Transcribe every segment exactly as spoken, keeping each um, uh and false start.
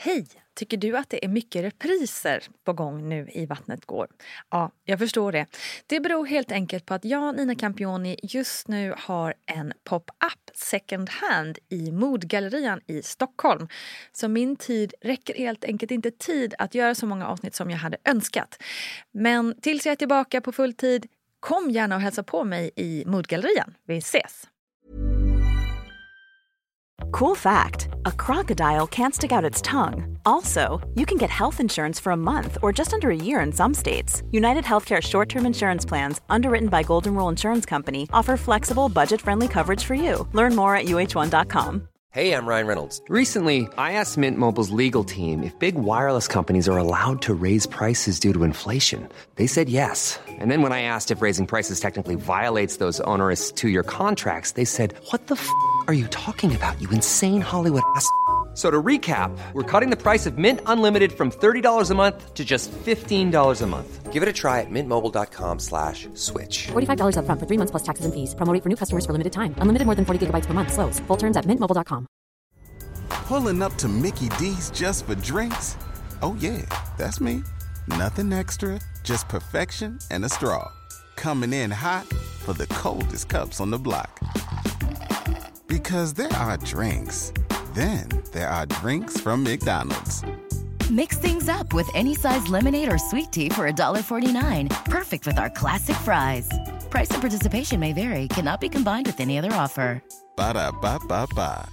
Hej! Tycker du att det är mycket repriser på gång nu i Vattnet går? Ja, jag förstår det. Det beror helt enkelt på att jag, Nina Campioni, just nu har en pop-up second hand i Modgallerian i Stockholm. Så min tid räcker helt enkelt inte tid att göra så många avsnitt som jag hade önskat. Men tills jag är tillbaka på full tid, kom gärna och hälsa på mig i Modgallerian. Vi ses! Cool fact, a crocodile can't stick out its tongue. Also, you can get health insurance for a month or just under a year in some states. United Healthcare short-term insurance plans, underwritten by Golden Rule Insurance Company, offer flexible, budget-friendly coverage for you. Learn more at U H one dot com. Hey, I'm Ryan Reynolds. Recently, I asked Mint Mobile's legal team if big wireless companies are allowed to raise prices due to inflation. They said yes. And then when I asked if raising prices technically violates those onerous two-year contracts, they said, what the f*** are you talking about, you insane Hollywood ass f- So to recap, we're cutting the price of Mint Unlimited from thirty dollars a month to just fifteen dollars a month. Give it a try at mintmobile.com slash switch. forty-five dollars up front for three months plus taxes and fees. Promo rate for new customers for limited time. Unlimited more than forty gigabytes per month. Slows full terms at mint mobile dot com. Pulling up to Mickey D's just for drinks? Oh yeah, that's me. Nothing extra, just perfection and a straw. Coming in hot for the coldest cups on the block. Because there are drinks. Then there are drinks from McDonald's. Mix things up with any size lemonade or sweet tea for one forty-nine. Perfect with our classic fries. Price and participation may vary. Cannot be combined with any other offer. Ba-da-ba-ba-ba.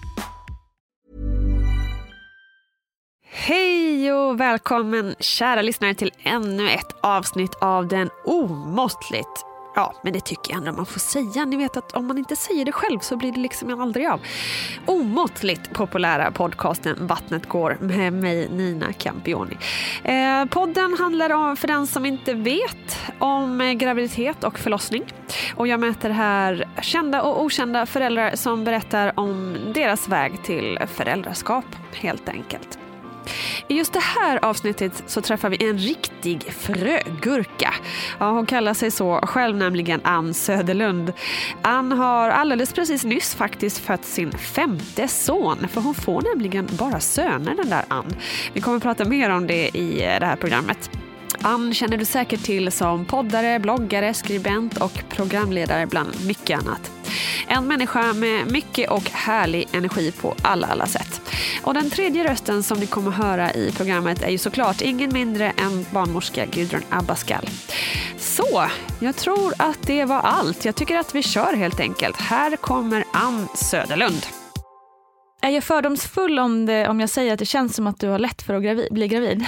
Hej och välkommen kära lyssnare till ännu ett avsnitt av den omåttligt, ja men det tycker jag ändå man får säga. Ni vet att om man inte säger det själv så blir det liksom aldrig av. Omåttligt populära podcasten Vattnet går med mig Nina Campioni. Eh, podden handlar om, för den som inte vet, om graviditet och förlossning. Och jag möter här kända och okända föräldrar som berättar om deras väg till föräldraskap helt enkelt. I just det här avsnittet så träffar vi en riktig frögurka. Ja, hon kallar sig så själv, nämligen Ann Söderlund. Ann har alldeles precis nyss faktiskt fött sin femte son, för hon får nämligen bara söner, den där Ann. Vi kommer att prata mer om det i det här programmet. Ann känner du säkert till som poddare, bloggare, skribent och programledare bland mycket annat. En människa med mycket och härlig energi på alla alla sätt. Och den tredje rösten som ni kommer höra i programmet är ju såklart ingen mindre än barnmorska Gudrun Abascal. Så, jag tror att det var allt. Jag tycker att vi kör helt enkelt. Här kommer Ann Söderlund. Är jag fördomsfull om, det, om jag säger att det känns som att du har lätt för att gravid, bli gravid?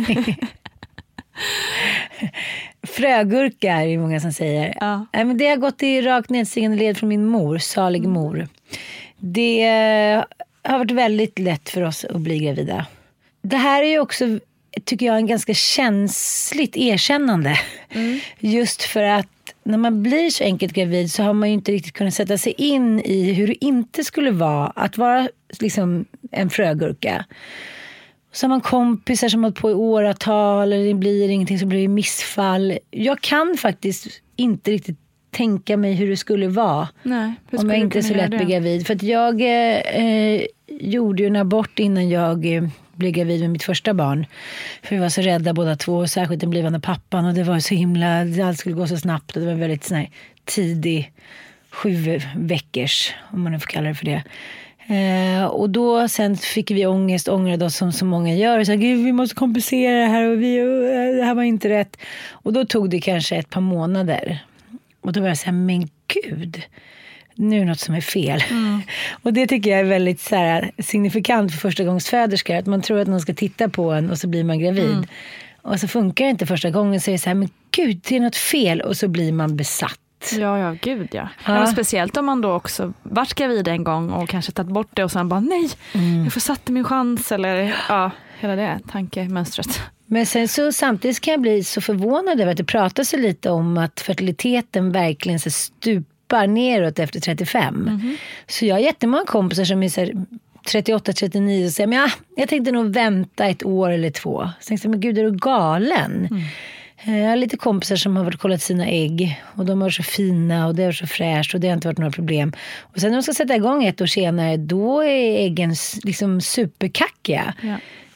Frögurka är det många som säger. Ja. Nej, men det har gått i rakt nedstigande led från min mor, salig mor. Det har varit väldigt lätt för oss att bli gravida. Det här är ju också, tycker jag, en ganska känsligt erkännande. Mm. Just för att när man blir så enkelt gravid så har man ju inte riktigt kunnat sätta sig in i hur det inte skulle vara att vara liksom en frögurka. Så har man kompisar som har hållit på i åratal, eller det blir ingenting, så blir det missfall. Jag kan faktiskt inte riktigt tänka mig hur det skulle vara. Nej, hur skulle om jag inte är så lätt blir gravid. För att jag eh, gjorde ju en abort innan jag eh, blev gravid med mitt första barn. För vi var så rädda båda två, särskilt den blivande pappan. Och det var så himla, allt skulle gå så snabbt. Och det var väldigt sån här tidig, sju veckors, om man nu får kalla det för det. Eh, och då sen fick vi ångest, ångrade oss som så många gör. Och så gud, vi måste kompensera det här, och vi, uh, det här var inte rätt. Och då tog det kanske ett par månader. Och då var jag så här, men gud, nu är det något som är fel. Mm. Och det tycker jag är väldigt så här, signifikant för första gångsföderskor. Att man tror att någon ska titta på en och så blir man gravid. Mm. Och så funkar det inte första gången, så är det så här, men gud, det är något fel. Och så blir man besatt. Ja, ja, gud ja. Ja. Ja, speciellt om man då också varit gravid en gång och kanske tagit bort det och sen bara, nej, mm. jag försatte min chans, eller ja, hela det tankemönstret. Men sen så samtidigt kan jag bli så förvånad över att det pratas så lite om att fertiliteten verkligen så stupar neråt efter trettiofem. Mm-hmm. Så jag har jättemånga kompisar som är så här trettioåtta trettionio och säger, men ja, jag tänkte nog vänta ett år eller två. Så tänkte jag, men gud, är du galen? Mm. Jag har lite kompisar som har varit kollat sina ägg och de var så fina och det var så fräscht och det har inte varit några problem. Och sen när de ska sätta igång ett år senare, då är äggen liksom superkackiga. Ja.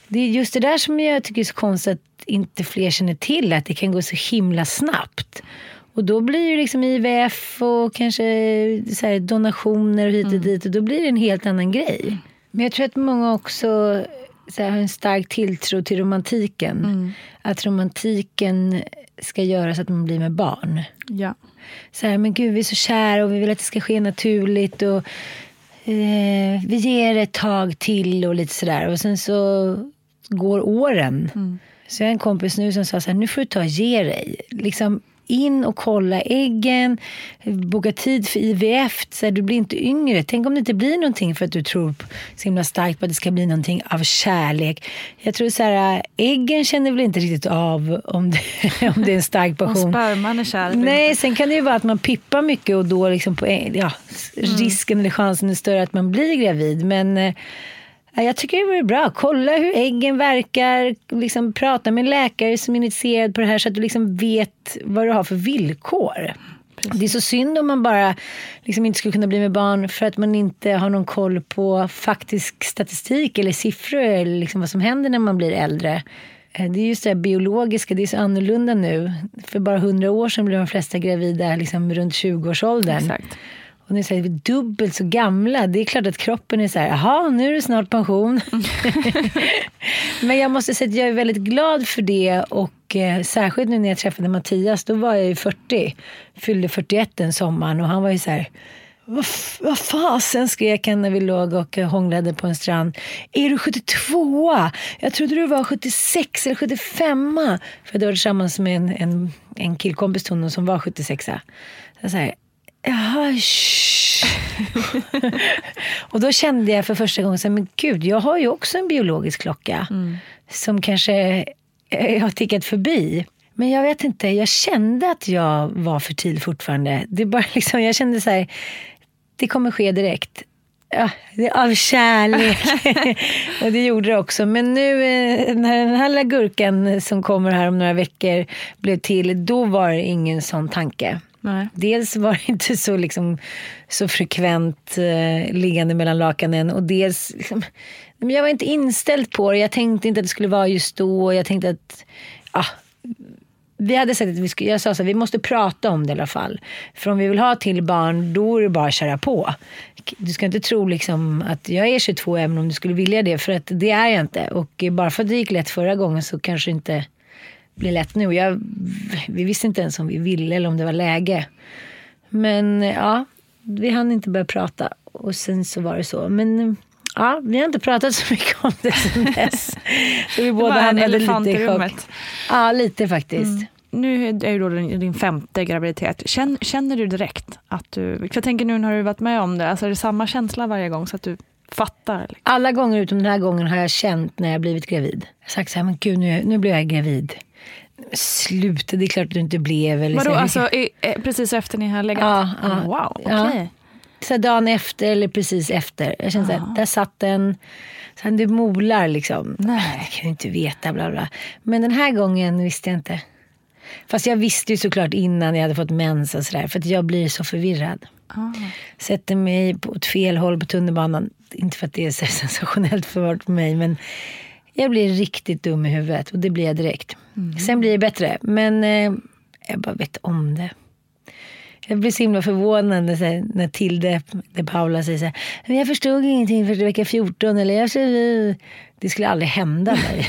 Det är just det där som jag tycker är så konstigt att inte fler känner till, att det kan gå så himla snabbt. Och då blir det liksom I V F och kanske så här donationer och hit och mm. dit, och då blir det en helt annan grej. Men jag tror att många också så här, har en stark tilltro till romantiken. Mm. Att romantiken ska göra så att man blir med barn. Ja. Så här, men gud, vi är så kära och vi vill att det ska ske naturligt och eh, vi ger ett tag till och lite sådär. Och sen så går åren. Mm. Så jag har en kompis nu som sa så här, nu får du ta och ge dig. Liksom in och kolla äggen, boka tid för I V F, så här, du blir inte yngre. Tänk om det inte blir någonting för att du tror så himla starkt på att det ska bli någonting av kärlek. Jag tror så här, äggen känner väl inte riktigt av om det, om det är en stark passion. Om sperman är kärlek. Nej, sen kan det ju vara att man pippar mycket och då liksom på, ja, mm. risken eller chansen är större att man blir gravid. Men jag tycker det vore bra. Kolla hur äggen verkar. Liksom prata med en läkare som är initierad på det här så att du liksom vet vad du har för villkor. Precis. Det är så synd om man bara liksom inte skulle kunna bli med barn för att man inte har någon koll på faktisk statistik eller siffror eller liksom vad som händer när man blir äldre. Det är just det här biologiska, det är så annorlunda nu. För bara hundra år sedan blev de flesta gravida liksom runt tjugo-årsåldern. Exakt. Och nu säger vi dubbelt så gamla. Det är klart att kroppen är så här, jaha, nu är det snart pension. Men jag måste säga att jag är väldigt glad för det. Och eh, särskilt nu när jag träffade Mattias, då var jag ju fyrtio. Fyllde fyrtioett den sommaren. Och han var ju så här, vad, vad fasen, skrek han när vi låg och hånglade på en strand. Är du sjuttiotvå? Jag trodde du var sjuttiosex eller sjuttiofem. För det var tillsammans med en, en, en killkompis till honom som var sjuttiosex. Så så här, jaha, och då kände jag för första gången så här, men gud, jag har ju också en biologisk klocka mm. som kanske jag har tickat förbi. Men jag vet inte, jag kände att jag var fertil fortfarande. Det bara liksom, jag kände så här, det kommer ske direkt. Ja, det är av kärlek. Och det gjorde det också. Men nu när den här gurkan som kommer här om några veckor blev till, då var det ingen sån tanke. Nej. Dels var det inte så, liksom, så frekvent eh, liggande mellan lakanen. Och dels, liksom, men jag var inte inställd på det. Jag tänkte inte att det skulle vara just då. Jag tänkte att ah, vi hade sagt att vi skulle, jag sa så här, vi måste prata om det i alla fall. För om vi vill ha till barn, då är det bara att köra på. Du ska inte tro liksom att jag är tjugotvå även om du skulle vilja det. För att det är jag inte. Och bara för att det gick lätt förra gången så kanske inte blir lätt nu. Jag, vi visste inte ens om vi ville eller om det var läge. Men ja, vi hann inte börja prata. Och sen så var det så. Men ja, vi har inte pratat så mycket om det sen dess. Så vi båda hamnade lite i chock. Ja, lite faktiskt. Mm. Nu är ju då din, din femte graviditet. Känner, känner du direkt att du... Jag tänker nu när du varit med om det. Alltså är det samma känsla varje gång så att du fattar? Liksom? Alla gånger utom den här gången har jag känt när jag blivit gravid. Jag har sagt så här, men gud, nu, nu blir jag gravid. Sluta, det är klart att du inte blev. Eller vadå, så. Alltså i, precis efter ni har legat? Ja, ja. Oh, wow, okej. Okay. Ja. Så dagen efter eller precis efter. Jag kände så här, där satt den. Så du molar liksom. Nej. Det kan du inte veta, bla bla. Men den här gången visste jag inte. Fast jag visste ju såklart innan jag hade fått mens och sådär. För att jag blir så förvirrad. Ah. Sätter mig på ett fel håll på tunnelbanan. Inte för att det är så sensationellt för mig, men jag blir riktigt dum i huvudet. Och det blir jag direkt. Mm. Sen blir det bättre. Men eh, jag bara vet om det. Jag blir så himla förvånad när, när Tilde, när Paula säger så här, men jag förstod ingenting för vecka fjorton. Eller jag förstod, det skulle aldrig hända mig.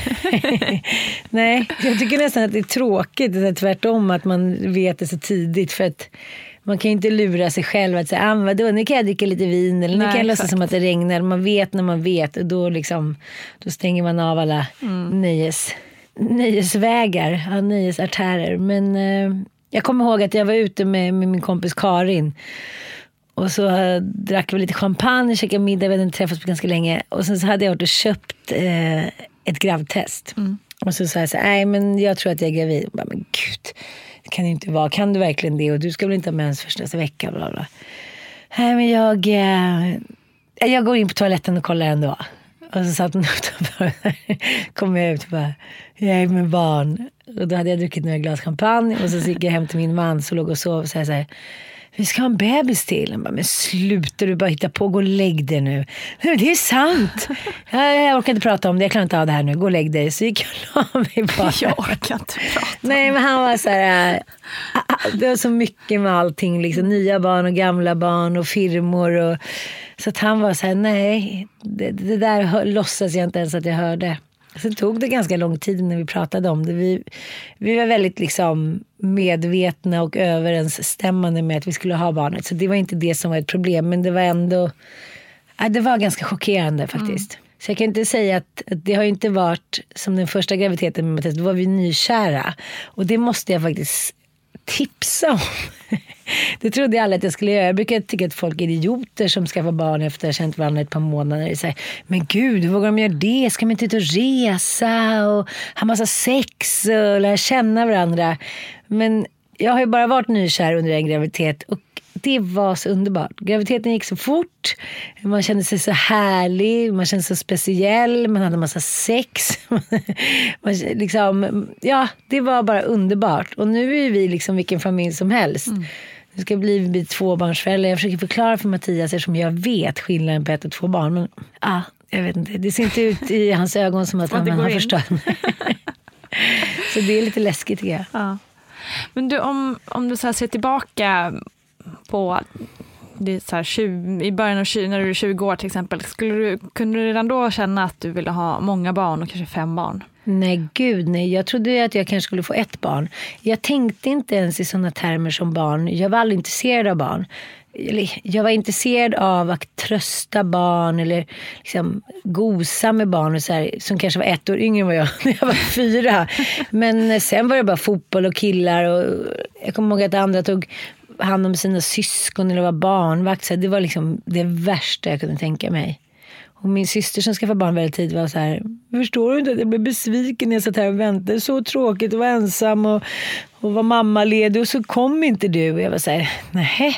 Nej, jag tycker nästan att det är tråkigt. Det är tvärtom att man vet det så tidigt. För att man kan ju inte lura sig själv att säga, ah, vadå, nu kan jag dricka lite vin. Eller nu kan jag låtsas som att det regnar. Man vet när man vet. Och då, liksom, då stänger man av alla mm. nöjes, nöjesvägar. Ja, nöjesartärer. Men... Eh, jag kommer ihåg att jag var ute med, med min kompis Karin. Och så uh, drack vi lite champagne, käkade middag, vi hade inte träffats på ganska länge. Och sen så hade jag varit och köpt uh, ett gravtest. Mm. Och så sa jag så här, nej men jag tror att jag är gravid. Och bara, men gud, det kan ju inte vara. Kan du verkligen det? Och du ska väl inte ha mens först nästa vecka? Bla bla. Nej men jag, uh, jag går in på toaletten och kollar ändå. Och så satt hon utanför. Kom jag ut och bara, jag är med barn. Och då hade jag druckit några glas champagne. Och så gick jag hem till min man som låg och sov och sa så här, vi ska ha en bebis till. Han bara, men slutar du bara hitta på, gå och lägg dig nu. Nej, det är sant. jag, jag orkar inte prata om det, jag klarar inte av det här nu, gå och lägg dig. Så gick jag och la mig bara. Jag orkar inte prata. Nej, men han var så här, det var så mycket med allting, liksom, nya barn och gamla barn och firmor. Och, så att han var så här, nej, det, det där låtsas jag inte ens att jag hörde. Sen tog det ganska lång tid när vi pratade om det. Vi, vi var väldigt liksom medvetna och överensstämmande med att vi skulle ha barnet. Så det var inte det som var ett problem. Men det var ändå, ja, det var ganska chockerande faktiskt. Mm. Så jag kan inte säga att, att det har inte varit som den första graviditeten med Mattias. Då var vi nykära. Och det måste jag faktiskt tipsa om. Det trodde jag aldrig att jag skulle göra. Jag brukar tycka att folk är idioter som skaffar barn efter att ha känt varandra ett par månader. Så här, men gud, hur vågar de göra det? Ska man inte ut och resa och ha massa sex och lära känna varandra? Men jag har ju bara varit nykär under en graviditet och det var så underbart. Graviditeten gick så fort. Man kände sig så härlig. Man kände sig så speciell. Man hade en massa sex. man, liksom, ja, det var bara underbart. Och nu är vi liksom vilken familj som helst. Mm. Nu ska bli, bli tvåbarnsförälder. Jag försöker förklara för Mattias eftersom jag vet skillnaden på ett och två barn. Men ah, jag vet inte. Det ser inte ut i hans ögon som att han har förstått. Så det är lite läskigt tycker jag. Ja. Men du, om, om du så här ser tillbaka på det är så här tjugo, i början av tjugo, när du är tjugo år till exempel, skulle du, kunde du redan då känna att du ville ha många barn och kanske fem barn? Nej gud, nej. Jag trodde att jag kanske skulle få ett barn. Jag tänkte inte ens i sådana termer som barn. Jag var aldrig intresserad av barn. Jag var intresserad av att trösta barn eller liksom gosa med barn och så här, som kanske var ett år yngre än vad jag när jag var fyra. Men sen var det bara fotboll och killar och jag kommer ihåg att andra tog hand om sina syskon eller var barnvakt. Så det var liksom det värsta jag kunde tänka mig. Och min syster som skaffade barn väldigt tid var så här, förstår du inte att jag blev besviken när jag satt här och väntade? Så tråkigt att vara ensam och, och vara mammaledig och så kom inte du. Och jag var så här, nej,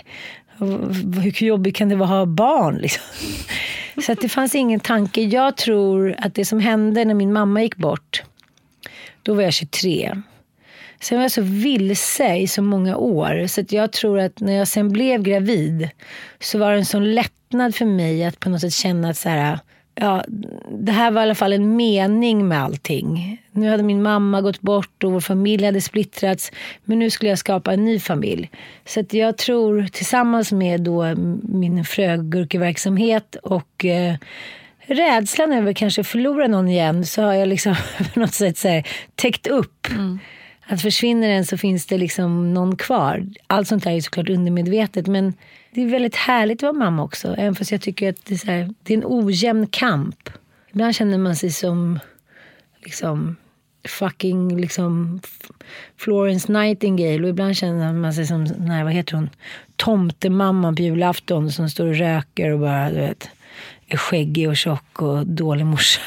hur jobbigt kan det vara att ha barn liksom? Så att det fanns ingen tanke. Jag tror att det som hände när min mamma gick bort, då var jag tjugotre. Sen var jag så vilse i så många år. Så att jag tror att när jag sen blev gravid så var det en sån lättnad för mig att på något sätt känna att så här, ja, det här var i alla fall en mening med allting. Nu hade min mamma gått bort och vår familj hade splittrats. Men nu skulle jag skapa en ny familj. Så att jag tror tillsammans med då min frögurkeverksamhet och eh, rädslan över kanske förlora någon igen, så har jag liksom på något sätt så här, täckt upp. Mm. Att försvinner den så finns det liksom någon kvar. Allt sånt här är såklart undermedvetet. Men det är väldigt härligt att vara mamma också. Även fast jag tycker att det är, så här, det är en ojämn kamp. Ibland känner man sig som liksom fucking liksom Florence Nightingale. Och ibland känner man sig som, nej, vad heter hon? Tomtemamman på julafton som står och röker och bara, du vet, är skäggig och tjock och dålig morsa.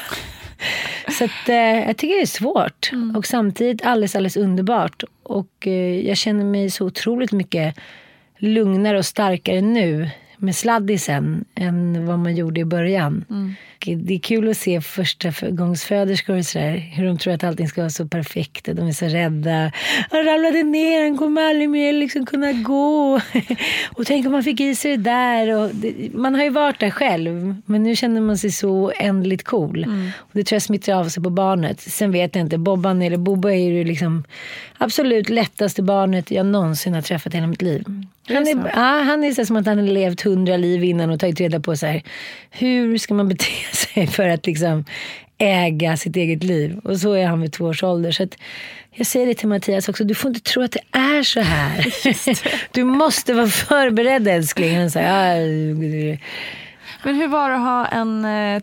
Så att, eh, jag tycker det är svårt. Mm. Och samtidigt alldeles, alldeles underbart. Och eh, jag känner mig så otroligt mycket lugnare och starkare nu med sladdisen än vad man gjorde i början. Mm. Det är kul att se första gångsföderskor och sådär, hur de tror att allting ska vara så perfekt. De är så rädda. Han ramlade ner, han kommer aldrig mer liksom kunna gå. Och tänk om man fick i sig det där. Och det, man har ju varit där själv, men nu känner man sig så ändligt cool. Mm. Och det tror jag smittar av sig på barnet. Sen vet jag inte, Bobban eller Bobo är ju liksom absolut lättaste barnet jag någonsin har träffat i hela mitt liv. Han är, ja, han är så som att han har levt hundra liv innan och tagit reda på så här, hur ska man bete sig för att liksom äga sitt eget liv. Och så är han vid två års ålder. Så att jag säger det till Mattias också, du får inte tro att det är så här. Du måste vara förberedd, älskling. Han säger, men hur var det att ha en eh,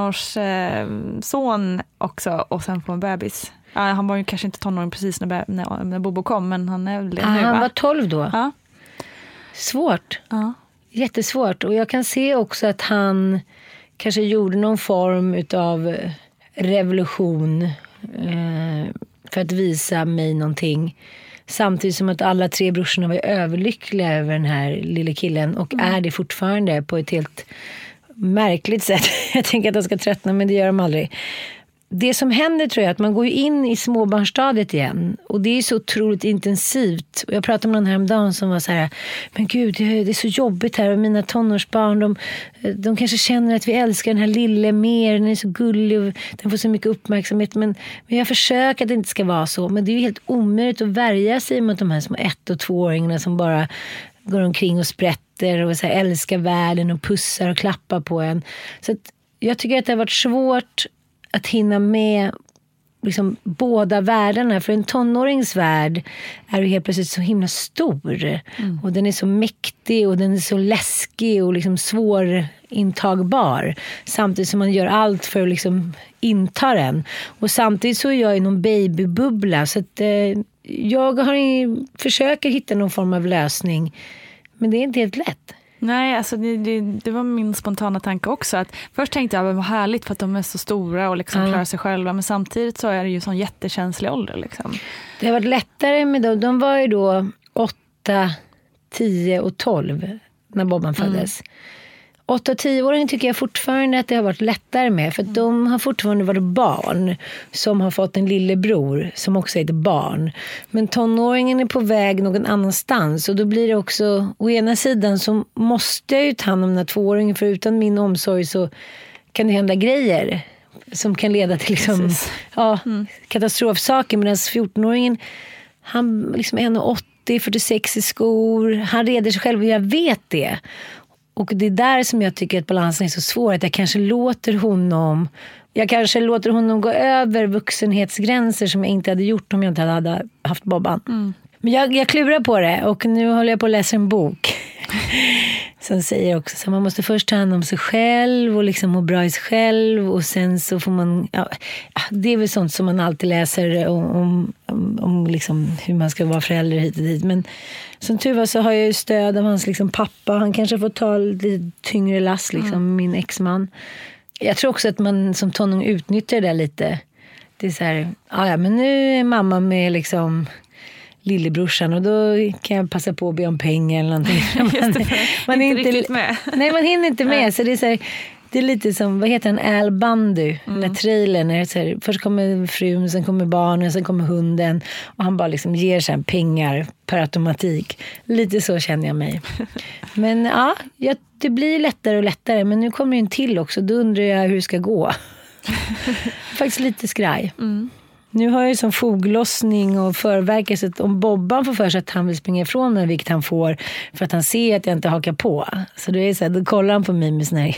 tonårsson eh, också och sen få en bebis? Ja, han var ju kanske inte tonåring precis när, när, när Bobo kom, men han är väl det ah, nu, han va? var tolv då. Ja. Svårt. Ja. Jättesvårt. Och jag kan se också att han kanske gjorde någon form utav revolution eh, för att visa mig någonting. Samtidigt som att alla tre brorsorna var överlyckliga över den här lilla killen. Och mm. är det fortfarande på ett helt märkligt sätt. Jag tänker att de ska tröttna, men det gör de aldrig. det som händer tror jag att man går in i småbarnsstadiet igen. Och det är så otroligt intensivt. Och jag pratade med någon häromdagen som var så här, men gud, det är så jobbigt här. Och mina tonårsbarn, de, de kanske känner att vi älskar den här lille mer. Den är så gullig och den får så mycket uppmärksamhet. Men, men jag försöker att det inte ska vara så. Men det är ju helt omöjligt att värja sig mot de här små ett- och tvååringarna som bara går omkring och sprätter och så här, älskar världen och pussar och klappar på en. Så att jag tycker att det har varit svårt att hinna med liksom båda världarna. För en tonårings värld är ju helt plötsligt så himla stor. Mm. Och den är så mäktig och den är så läskig och liksom svårintagbar. Samtidigt som man gör allt för att liksom inta den. Och samtidigt så är jag i någon babybubbla. Så att eh, jag har ju, försöker hitta någon form av lösning. Men det är inte helt lätt. Nej, alltså det, det, det var min spontana tanke också. Att först tänkte jag att det var härligt för att de är så stora och liksom Mm. klarar sig själva. Men samtidigt så är det ju sån jättekänslig ålder. Liksom. Det har varit lättare med dem. De var ju då åtta, tio och tolv när Bobban föddes. Mm. åtta och tio-åringen tycker jag fortfarande att det har varit lättare med. För att de har fortfarande varit barn som har fått en lillebror som också är ett barn. Men tonåringen är på väg någon annanstans. Och då blir det också, å ena sidan så måste jag ju ta hand om den här tvååringen. För utan min omsorg så kan det hända grejer som kan leda till liksom, ja, mm. katastrofsaker. Medan fjortonåringen, han liksom är en komma åttio, fyrtiosex i skor. Han reder sig själv och jag vet det. Och det är där som jag tycker att balansen är så svår. Att jag kanske låter honom Jag kanske låter honom gå över vuxenhetsgränser som jag inte hade gjort om jag inte hade haft Bobban. Mm. Men jag, jag klurar på det. Och nu håller jag på att läsa en bok som säger också att man måste först ta hand om sig själv och liksom må bra i sig själv. Och sen så får man, ja, det är väl sånt som man alltid läser om, om, om, om liksom hur man ska vara förälder hit och dit. Men som tur var så har jag ju stöd av hans liksom pappa. Han kanske får ta lite tyngre last, liksom, mm. min exman. Jag tror också att man som tonåring utnyttjar det lite. Det är så här, ja men nu är mamma med liksom lillebrorsan och då kan jag passa på att be om pengar eller någonting. Just det, man inte, är inte riktigt med. Nej, man hinner inte med. Så det är så här, det är lite som, vad heter den, Al Bundy, mm. den där trailern. När det är så här, först kommer frun, sen kommer barnen, sen kommer hunden. Och han bara liksom ger så här pengar per automatik. Lite så känner jag mig. Men ja, jag, det blir lättare och lättare. Men nu kommer det en till också. Då undrar jag hur det ska gå. Faktiskt lite skraj. Mm. Nu har jag ju som foglossning och förverkar, så att om Bobban får för sig att han vill springa ifrån mig, vilket han får för att han ser att jag inte hakar på. Så då är det så här, då kollar han på mig med sån här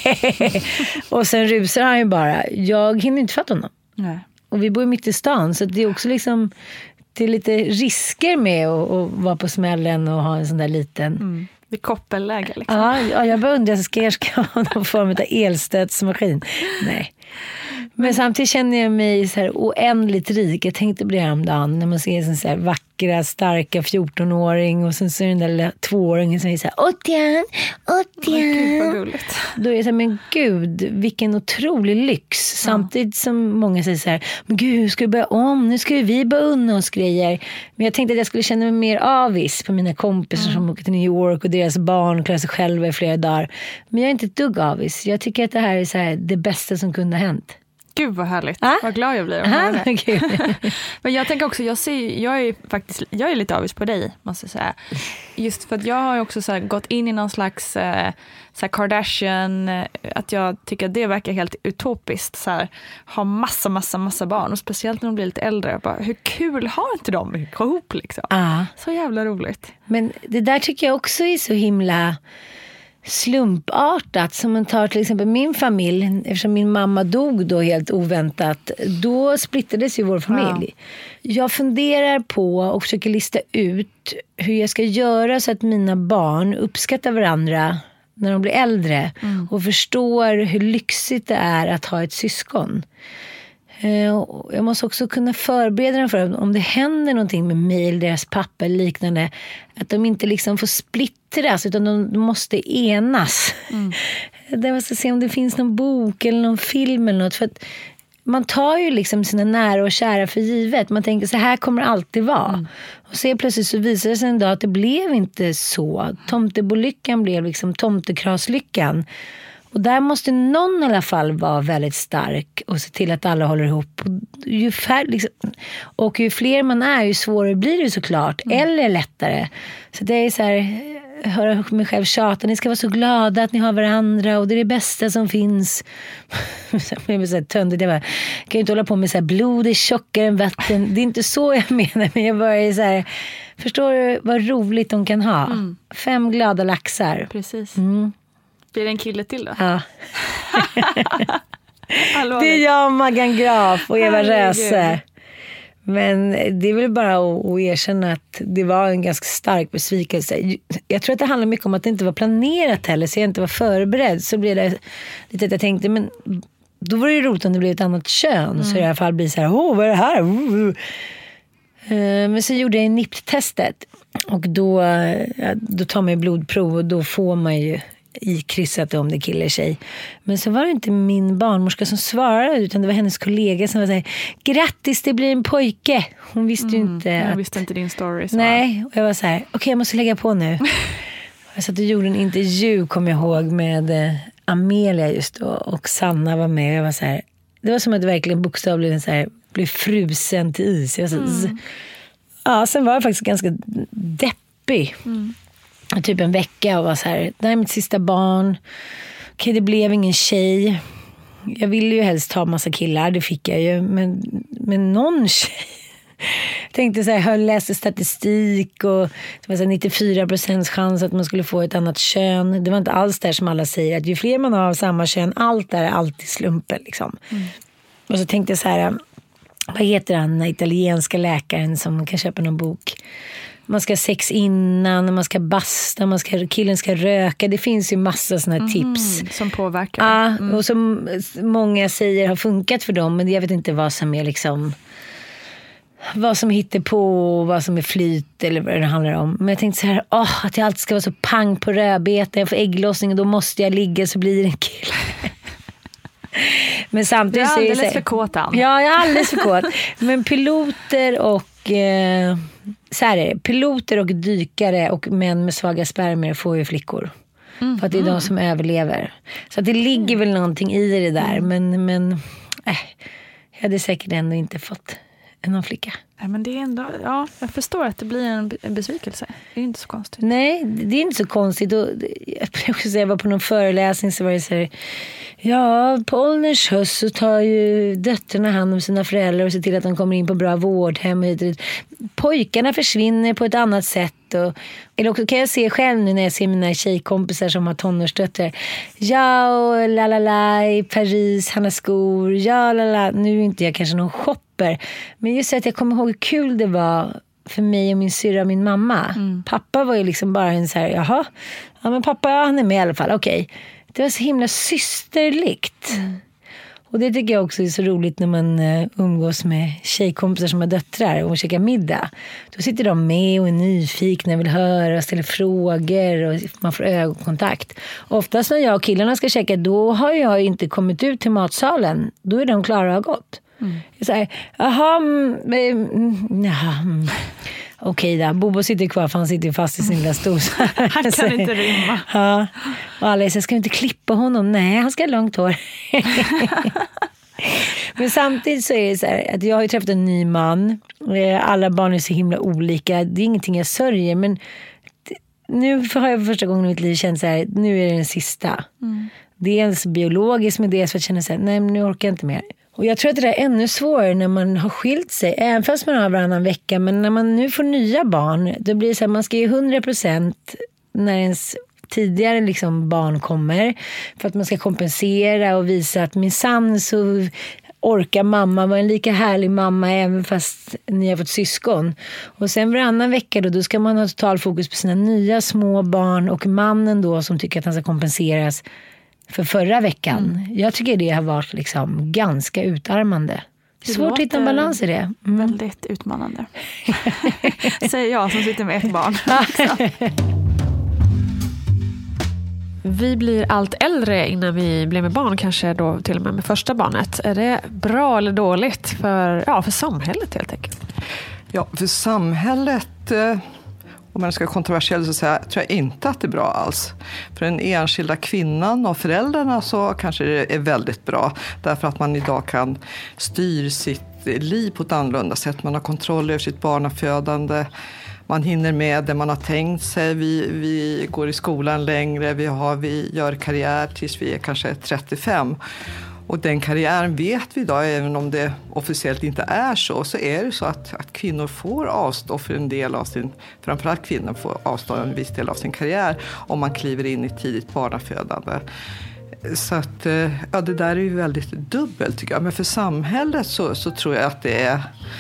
och sen rusar han ju bara. Jag hinner inte fatta honom. Nej. Och vi bor mitt i stan, så det är också liksom, det är lite risker med att, att vara på smällen och ha en sån där liten... Mm. Det är koppelläge liksom. Ja, ja, jag bara undrar, ska jag ska ha någon form av elstötsmaskin? Nej. Men samtidigt känner jag mig så här oändligt rik. Jag tänkte på det häromdagen när man ser en så här vackra, starka fjortonåring och sen så är den där tvååringen som är så här åttioen, åttioen. Vad gulligt. Då är jag så här, men gud, vilken otrolig lyx. Samtidigt som många säger så här, men gud, hur ska vi börja om? Nu ska vi bara unna oss grejer. Men jag tänkte att jag skulle känna mig mer avis på mina kompisar mm. som åker till New York och deras barn klarar sig själva i flera dagar. Men jag är inte ett dugg avis. Jag tycker att det här är så här, det bästa som kunde ha hänt. Gud vad härligt. Ah? Vad glad jag blir att höra det. Men jag tänker också, jag ser, jag är faktiskt, jag är lite avis på dig, måste jag säga. Just för att jag har också så här gått in i någon slags eh, så här Kardashian, eh, att jag tycker att det verkar helt utopiskt, så här, ha massa, massa, massa barn. Och speciellt när de blir lite äldre. Bara, hur kul har inte de ihop liksom? Ah. Så jävla roligt. Men det där tycker jag också är så himla slumpartat. Som man tar till exempel min familj, eftersom min mamma dog då helt oväntat, då splittrades ju vår familj. Ja. Jag funderar på och försöker lista ut hur jag ska göra så att mina barn uppskattar varandra när de blir äldre mm. och förstår hur lyxigt det är att ha ett syskon. Jag måste också kunna förbereda dem för om det händer någonting med mig eller deras pappa eller liknande, att de inte liksom får splittras utan de måste enas. Mm. Jag måste se om det finns någon bok eller någon film eller något, för att man tar ju liksom sina nära och kära för givet. Man tänker så här kommer det alltid vara. Mm. Och så plötsligt så visar det sig en dag att det blev inte så. Tomtebolyckan blev liksom tomtekraslyckan. Och där måste någon i alla fall vara väldigt stark och se till att alla håller ihop. Och ju, fär, liksom, och ju fler man är, ju svårare blir det såklart. Mm. Eller lättare. Så det är så här, höra mig själv tjata. Ni ska vara så glada att ni har varandra och det är det bästa som finns. Jag blir så här töndigt. Jag bara, kan ju inte hålla på med så här, blod är tjockare än vatten. Det är inte så jag menar, men jag bara är så här, förstår du vad roligt de kan ha? Mm. Fem glada laxar. Precis. Mm. Blir det en kille till då? Ja. Det är jag, Maggan Graf och Eva Röse. Men det är väl bara att, att erkänna att det var en ganska stark besvikelse. Jag tror att det handlar mycket om att det inte var planerat heller, så jag inte var förberedd. Så blev det lite att jag tänkte, men då var det ju roligt om det blev ett annat kön. Mm. Så i alla fall blir så här, åh, vad är det här? Uh. Men så gjorde jag en N I P T-testet. Och då, då tar man ju blodprov och då får man ju i krysset om det är kille eller tjej. Men så var det inte min barnmorska som svarade, utan det var hennes kollega som var så här, grattis, det blir en pojke. Hon visste ju mm, inte. Jag att... visste inte din story. Så. Nej, och jag var så här, okej okay, jag måste lägga på nu. Jag satt och gjorde en intervju, kom jag ihåg, med eh, Amelia just då, och Sanna var med. Och jag var så här, det var som att det verkligen bokstavligen så här, blev frusen till is. Jag var så, mm. Ja, sen var jag faktiskt ganska deppig. Mm. Typ en vecka och var så här, det här är mitt sista barn. Okej, det blev ingen tjej. Jag ville ju helst ha massa killar, det fick jag ju. Men, men någon tjej. Jag tänkte så här, jag läste statistik och det var så här nittiofyra procent chans att man skulle få ett annat kön. Det var inte alls där som alla säger, att ju fler man har av samma kön, allt där är alltid slumpen liksom. Mm. Och så tänkte jag så här, vad heter han, den italienska läkaren som kan köpa någon bok? Man ska ha sex innan, man ska basta, man ska, killen ska röka. Det finns ju massa såna här mm, tips. Som påverkar. Ja, mm. och som många säger har funkat för dem. Men jag vet inte vad som är liksom, vad som hittar på, vad som är flyt eller vad det handlar om. Men jag tänkte så här, åh, att jag alltid ska vara så pang på rödbeten. Jag får ägglossning och då måste jag ligga så blir det en kille. Men samtidigt jag är alldeles så är för kåt, Ann. Ja, jag är alldeles för kåt. Men piloter och eh, så här är det, piloter och dykare och män med svaga spermier får ju flickor. Mm. För att det är mm. de som överlever. Så att det ligger väl någonting i det där. Mm. Men, men äh, jag hade säkert ändå inte fått någon flicka. Nej, men det är ändå, ja, jag förstår att det blir en, en besvikelse. Det är inte så konstigt. Nej, det är inte så konstigt. Och jag, jag var på någon föreläsning så var det så här, ja, på ålderns höst så tar ju döttrarna hand om sina föräldrar och ser till att de kommer in på bra vårdhem. Pojkarna försvinner på ett annat sätt. Och, eller också kan jag se själv nu när jag ser mina tjejkompisar som har tonårsdöttrar. Ja, och lalala, i Paris, han har skor. Ja, lalala. Nu är inte jag kanske någon shopper. Men just att jag kommer ihåg hur kul det var för mig och min syra och min mamma. Mm. Pappa var ju liksom bara en så här, jaha, ja men pappa, ja, han är med i alla fall, okej. Okay. Det var så himla systerligt. Mm. Och det tycker jag också är så roligt när man umgås med tjejkompisar som har döttrar och käkar middag. Då sitter de med och är nyfikna, vill höra och ställer frågor och man får ögonkontakt. Oftast när jag och killarna ska käka, då har jag inte kommit ut till matsalen. Då är de klara och gått. Mm. Jag säger, jaha, mm, jaha, mm. Okej då, Bobo sitter kvar för han sitter fast i sin lilla stol. Han kan inte rymma. Ja. Och alla säger, ska vi inte klippa honom? Nej, han ska ha långt hår. Men samtidigt så är det så här att jag har ju träffat en ny man. Alla barn är så himla olika. Det är ingenting jag sörjer, men nu har jag för första gången i mitt liv känt så här, nu är det den sista. Mm. Dels biologiskt med det, så jag känner så här, nej men nu orkar jag inte mer. Och jag tror att det är ännu svårare när man har skilt sig, även fast man har varannan vecka. Men när man nu får nya barn, då blir det så här, man ska ge hundra procent när ens tidigare liksom barn kommer. För att man ska kompensera och visa att minsann så orkar mamma vara en lika härlig mamma även fast ni har fått syskon. Och sen varannan vecka då, då ska man ha total fokus på sina nya små barn och mannen då som tycker att han ska kompenseras för förra veckan. Mm. Jag tycker det har varit liksom ganska utarmande. Det är svårt att hitta en balans i det. Mm. Väldigt utmanande. Säger jag som sitter med ett barn. Vi blir allt äldre innan vi blir med barn, kanske då till och med med första barnet. Är det bra eller dåligt för, ja, för samhället helt enkelt? Ja, för samhället om man ska kontroversiellt så säga, tror jag inte att det är bra alls. För den enskilda kvinnan och föräldrarna så kanske det är väldigt bra. Därför att man idag kan styra sitt liv på ett annorlunda sätt. Man har kontroll över sitt barnafödande. Man hinner med det man har tänkt sig. Vi, vi går i skolan längre. Vi, har, vi gör karriär tills vi är kanske trettiofem. Och den karriären vet vi idag, även om det officiellt inte är så, så är det så att, att kvinnor får avstå för en del av sin, framförallt kvinnor får avstå en viss del av sin karriär om man kliver in i tidigt barnafödande. Så att, ja, det där är ju väldigt dubbelt tycker jag. Men för samhället så, så tror jag att det är,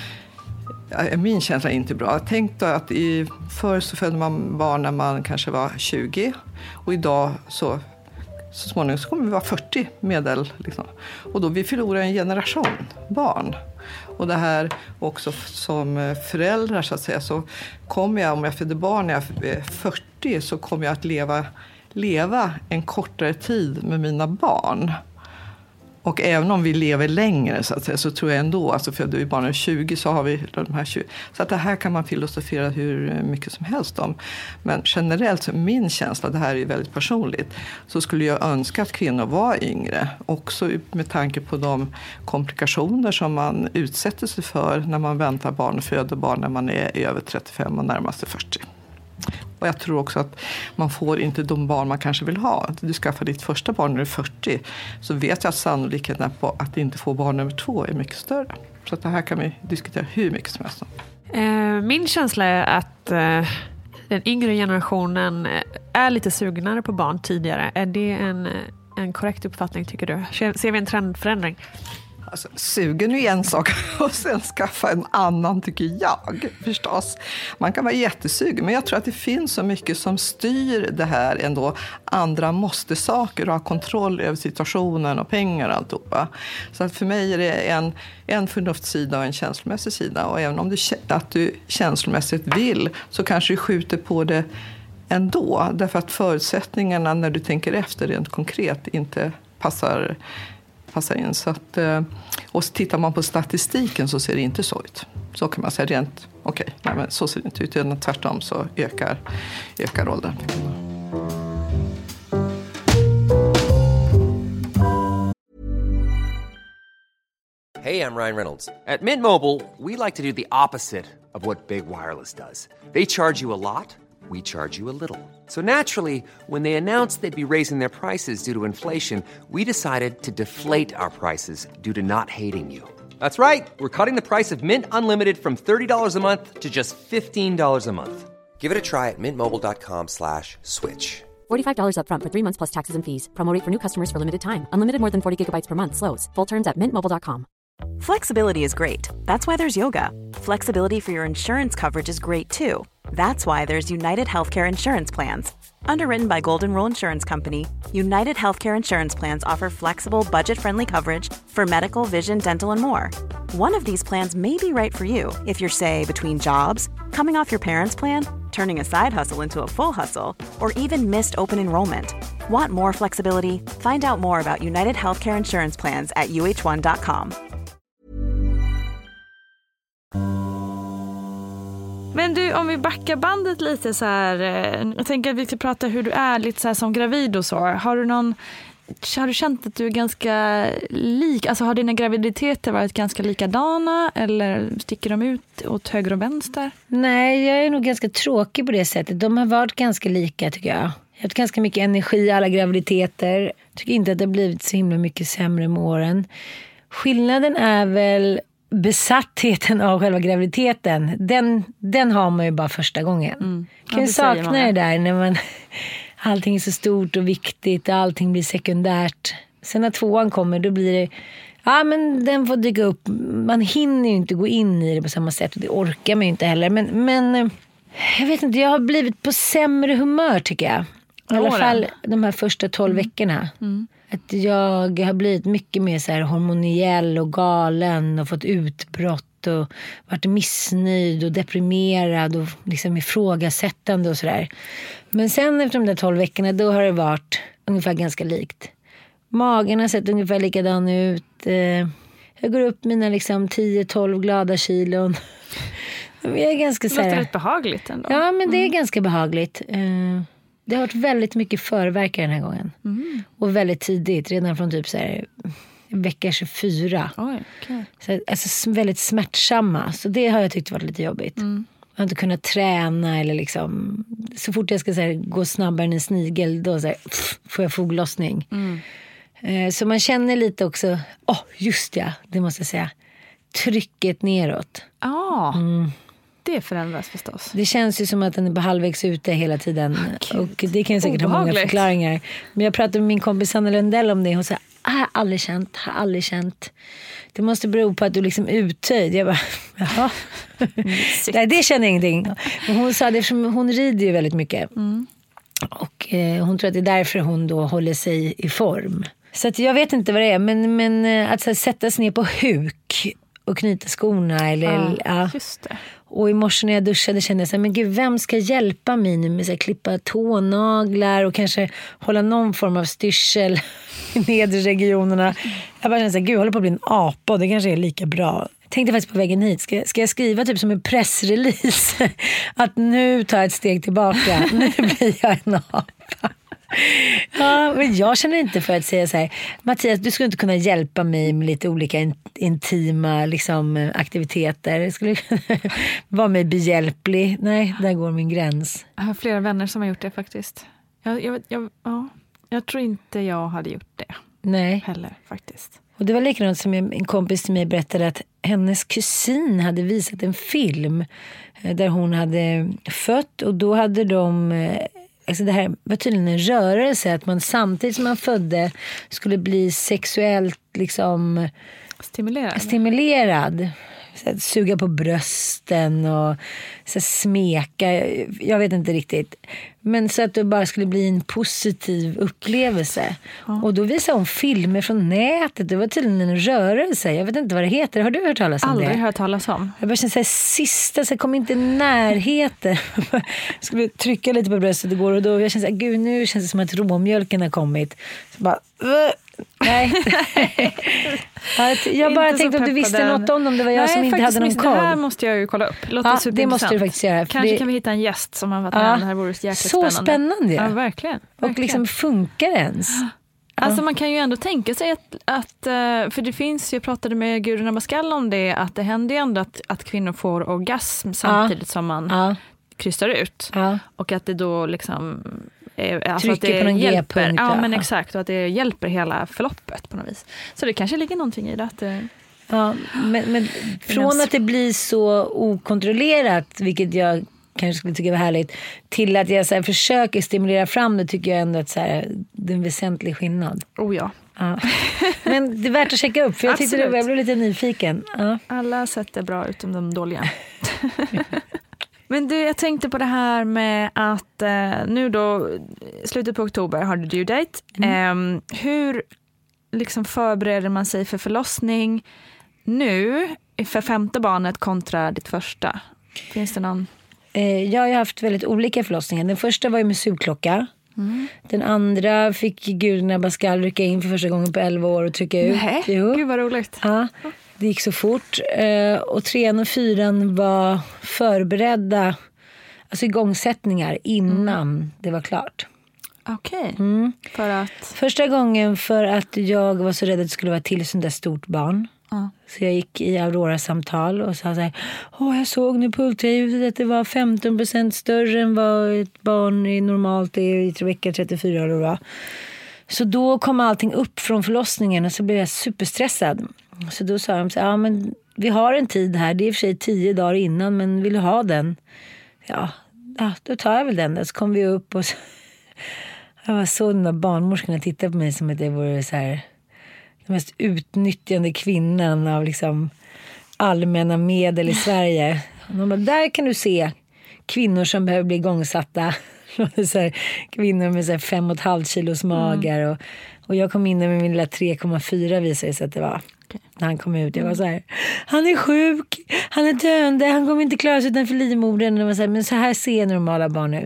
min känsla är inte bra. Tänk då att i, förr så födde man barn när man kanske var tjugo och idag så Så småningom så kommer vi vara fyrtio medel. Liksom. Och då vi förlorar en generation barn. Och det här också som föräldrar så att säga. Så kommer jag, om jag föder barn när jag är fyrtio så kommer jag att leva, leva en kortare tid med mina barn. Och även om vi lever längre så att säga, så tror jag ändå, alltså födde vi barnen tjugo så har vi de här tjugo. Så att det här kan man filosofera hur mycket som helst om. Men generellt, min känsla, det här är väldigt personligt, så skulle jag önska att kvinnor var yngre. Också med tanke på de komplikationer som man utsätter sig för när man väntar barn och föder barn när man är över trettiofem och närmast fyrtio. Och jag tror också att man får inte de barn man kanske vill ha. Du skaffar ditt första barn när du är fyrtio, så vet jag att sannolikheten på att inte få barn nummer två är mycket större. Så att det här kan vi diskutera hur mycket som helst. Min känsla är att den yngre generationen är lite sugnare på barn tidigare. Är det en, en korrekt uppfattning tycker du? Ser vi en trendförändring? Alltså, sugen är en sak och sen skaffa en annan tycker jag förstås. Man kan vara jättesugen, men jag tror att det finns så mycket som styr det här ändå. Andra måste saker och ha kontroll över situationen och pengar och alltihopa. Så att för mig är det en, en förnuftssida och en känslomässig sida. Och även om du, att du känslomässigt vill så kanske du skjuter på det ändå. Därför att förutsättningarna när du tänker efter rent konkret inte passar passar in. Så att, och så tittar man på statistiken så ser det inte så ut. Så kan man säga rent, okej, okay, men så ser det inte ut. Utan tvärtom så ökar, ökar åldern. Hey, I'm Ryan Reynolds. At Mint Mobile, we like to do the opposite of what Big Wireless does. They charge you a lot. We charge you a little. So naturally, when they announced they'd be raising their prices due to inflation, we decided to deflate our prices due to not hating you. That's right. We're cutting the price of Mint Unlimited from thirty dollars a month to just fifteen dollars a month. Give it a try at mintmobile.com slash switch. forty-five dollars up front for three months plus taxes and fees. Promo rate for new customers for limited time. Unlimited more than forty gigabytes per month slows. Full terms at mint mobile dot com. Flexibility is great. That's why there's yoga. Flexibility for your insurance coverage is great too. That's why there's United Healthcare Insurance Plans. Underwritten by Golden Rule Insurance Company, United Healthcare Insurance Plans offer flexible, budget-friendly coverage for medical, vision, dental, and more. One of these plans may be right for you if you're, say, between jobs, coming off your parents' plan, turning a side hustle into a full hustle, or even missed open enrollment. Want more flexibility? Find out more about United Healthcare Insurance Plans at u h one dot com. Men du, om vi backar bandet lite så här, jag tänker att vi ska prata hur du är lite så här som gravid och så. Har du någon, har du känt att du är ganska lik, alltså har dina graviditeter varit ganska likadana eller sticker de ut åt höger och vänster? Nej, jag är nog ganska tråkig på det sättet. De har varit ganska lika tycker jag. Jag har haft ganska mycket energi i alla graviditeter. Tycker inte att det har blivit så himla mycket sämre med åren. Skillnaden är väl besattheten av själva graviditeten. Den, den har man ju bara första gången. Mm. Kan ja, sakna det där när man allting är så stort och viktigt och allting blir sekundärt. Sen när tvåan kommer då blir det ja men den får dyka upp. Man hinner ju inte gå in i det på samma sätt och det orkar man ju inte heller. Men, men jag vet inte, jag har blivit på sämre humör tycker jag. I alla fall de här första tolv mm. veckorna. Mm. Att jag har blivit mycket mer så här hormoniell och galen och fått utbrott och varit missnöjd och deprimerad och liksom ifrågasättande och sådär. Men sen efter de där tolv veckorna då har det varit ungefär ganska likt. Magen har sett ungefär likadan ut. Jag går upp mina liksom tio tolv glada kilon. Jag är ganska det så här, låter rätt behagligt ändå. Ja, men det är mm. ganska behagligt. Uh, det har varit väldigt mycket förverkar den här gången. Mm. Och väldigt tidigt, redan från typ så här vecka tjugofyra. Oj, okay. Så, alltså väldigt smärtsamma. Så det har jag tyckt varit lite jobbigt. Mm. Jag har inte kunnat träna eller liksom, så fort jag ska så här, gå snabbare än en snigel, då så här, pff, får jag foglossning. Mm. Uh, så man känner lite också, åh oh, just ja, det måste jag säga, trycket neråt. Ja, ah, mm. det förändras förstås. Det känns ju som att den är på halvvägs ute hela tiden. Gud. Och det kan säkert ha många förklaringar. Men jag pratade med min kompis Anna Lundell om det. Hon sa, jag har aldrig känt, har aldrig känt. Det måste bero på att du liksom är uttöjd. Jag bara, jaha. Nej, det känner jag ingenting. Men hon sa det, eftersom hon rider ju väldigt mycket. Mm. Och eh, hon tror att det är därför hon då håller sig i form. Så att jag vet inte vad det är. Men, men att så här, sätta sig ner på huk och knyta skorna. Eller, ja, ja. Just det. Och i morse när jag duschade kände jag så här, men gud, vem ska hjälpa mig nu med att klippa tånaglar och kanske hålla någon form av styrsel i nedre regionerna. Jag bara kände så här, gud, jag håller på att bli en apa och det kanske är lika bra. Jag tänkte faktiskt på vägen hit, ska, ska jag skriva typ som en pressrelease att nu tar jag ett steg tillbaka, nu blir jag en apa. Ja, men jag känner inte för att säga så här, Mattias, du skulle inte kunna hjälpa mig med lite olika in, intima liksom, aktiviteter. Jag skulle vara mig behjälplig. Nej, där går min gräns. Jag har flera vänner som har gjort det faktiskt. Jag, jag, jag, ja, jag tror inte jag hade gjort det. Nej. Heller faktiskt. Och det var likadant som en kompis till mig berättade att hennes kusin hade visat en film där hon hade fött, och då hade de... Alltså det här var tydligen en rörelse, att man samtidigt som man födde skulle bli sexuellt liksom stimulerad. stimulerad. Så att suga på brösten och så att smeka. Jag vet inte riktigt. Men så att det bara skulle bli en positiv upplevelse. Ja. Och då visade hon filmer från nätet. Det var tydligen en rörelse. Jag vet inte vad det heter. Har du hört talas om Aldrig det? Aldrig hört talas om. Jag bara kände så här, sista, så jag kom inte i närheten. Jag skulle trycka lite på bröstet igår och då jag kände så här, gud, nu känns det som att råmjölken har kommit. Så bara, nej. Jag bara tänkte om du visste något om dem. Det var jag Nej, som inte hade någon koll. Det här måste jag ju kolla upp. Låter ja, superintressant. Det måste du faktiskt göra. Kanske det... kan vi hitta en gäst som har varit med. Ja, det här vore jäkligt så spännande. spännande. Ja, verkligen. verkligen. Och liksom funkar det ens? Alltså man kan ju ändå tänka sig att, att för det finns, jag pratade med Gudrun Abascal om det, att det händer ju ändå att, att kvinnor får orgasm samtidigt ja. som man ja. kryssar ut. Ja. Och att det då liksom... Alltså trycker att det på någon hjälper. G-punkt. Ja, men exakt. Och att det hjälper hela förloppet på något vis. Så det kanske ligger någonting i det. Att det, ja, men, men från att det blir så okontrollerat, vilket jag kanske skulle tycka var härligt, till att jag så här, försöker stimulera fram det, tycker jag ändå att så här, det är en väsentlig skillnad. Oh ja. Ja. Men det är värt att checka upp, för jag tyckte det, jag blev lite nyfiken. Ja. Alla sätt är bra utom de dåliga. Men du, jag tänkte på det här med att eh, nu då, slutet på oktober har du due date. Mm. Eh, hur liksom förbereder man sig för förlossning nu för femte barnet kontra ditt första? Finns det någon? Eh, jag har haft väldigt olika förlossningar. Den första var ju med sugklocka. Mm. Den andra fick Gudrun Abascal rycka in för första gången på elva år och trycka ut. Nej, jo. Gud vad roligt. Ja. Det gick så fort. Och trean och fyran var förberedda, alltså igångsättningar innan mm. det var klart. Okej, okay. mm. för att... Första gången för att jag var så rädd att det skulle vara till sånt där stort barn. Mm. Så jag gick i Aurora-samtal och sa så här, åh, jag såg nu på ultraljudet att det var femton procent större än vad ett barn är normalt är i vecka trettiofyra Aurora. Så då kom allting upp från förlossningen och så blev jag superstressad. Så då sa de så här, ja men vi har en tid här, det är i och för sig tio dagar innan, men vill du ha den? Ja, ja då tar jag väl den där. Så kom vi upp och så, jag var så, de där barnmorskorna tittade på mig som att det vore så här, den mest utnyttjande kvinnan av liksom allmänna medel i Sverige. Och de bara, där kan du se kvinnor som behöver bli igångsatta. Så här, kvinnor med så här fem och ett halvt kilos magar mm. och, och jag kom in med min lilla tre komma fyra visade sig att det var okay. När han kom ut, jag var så här, han är sjuk, han är döende, han kommer inte klara sig utanför livmodern. Och var så här, men så här ser normala barn ut.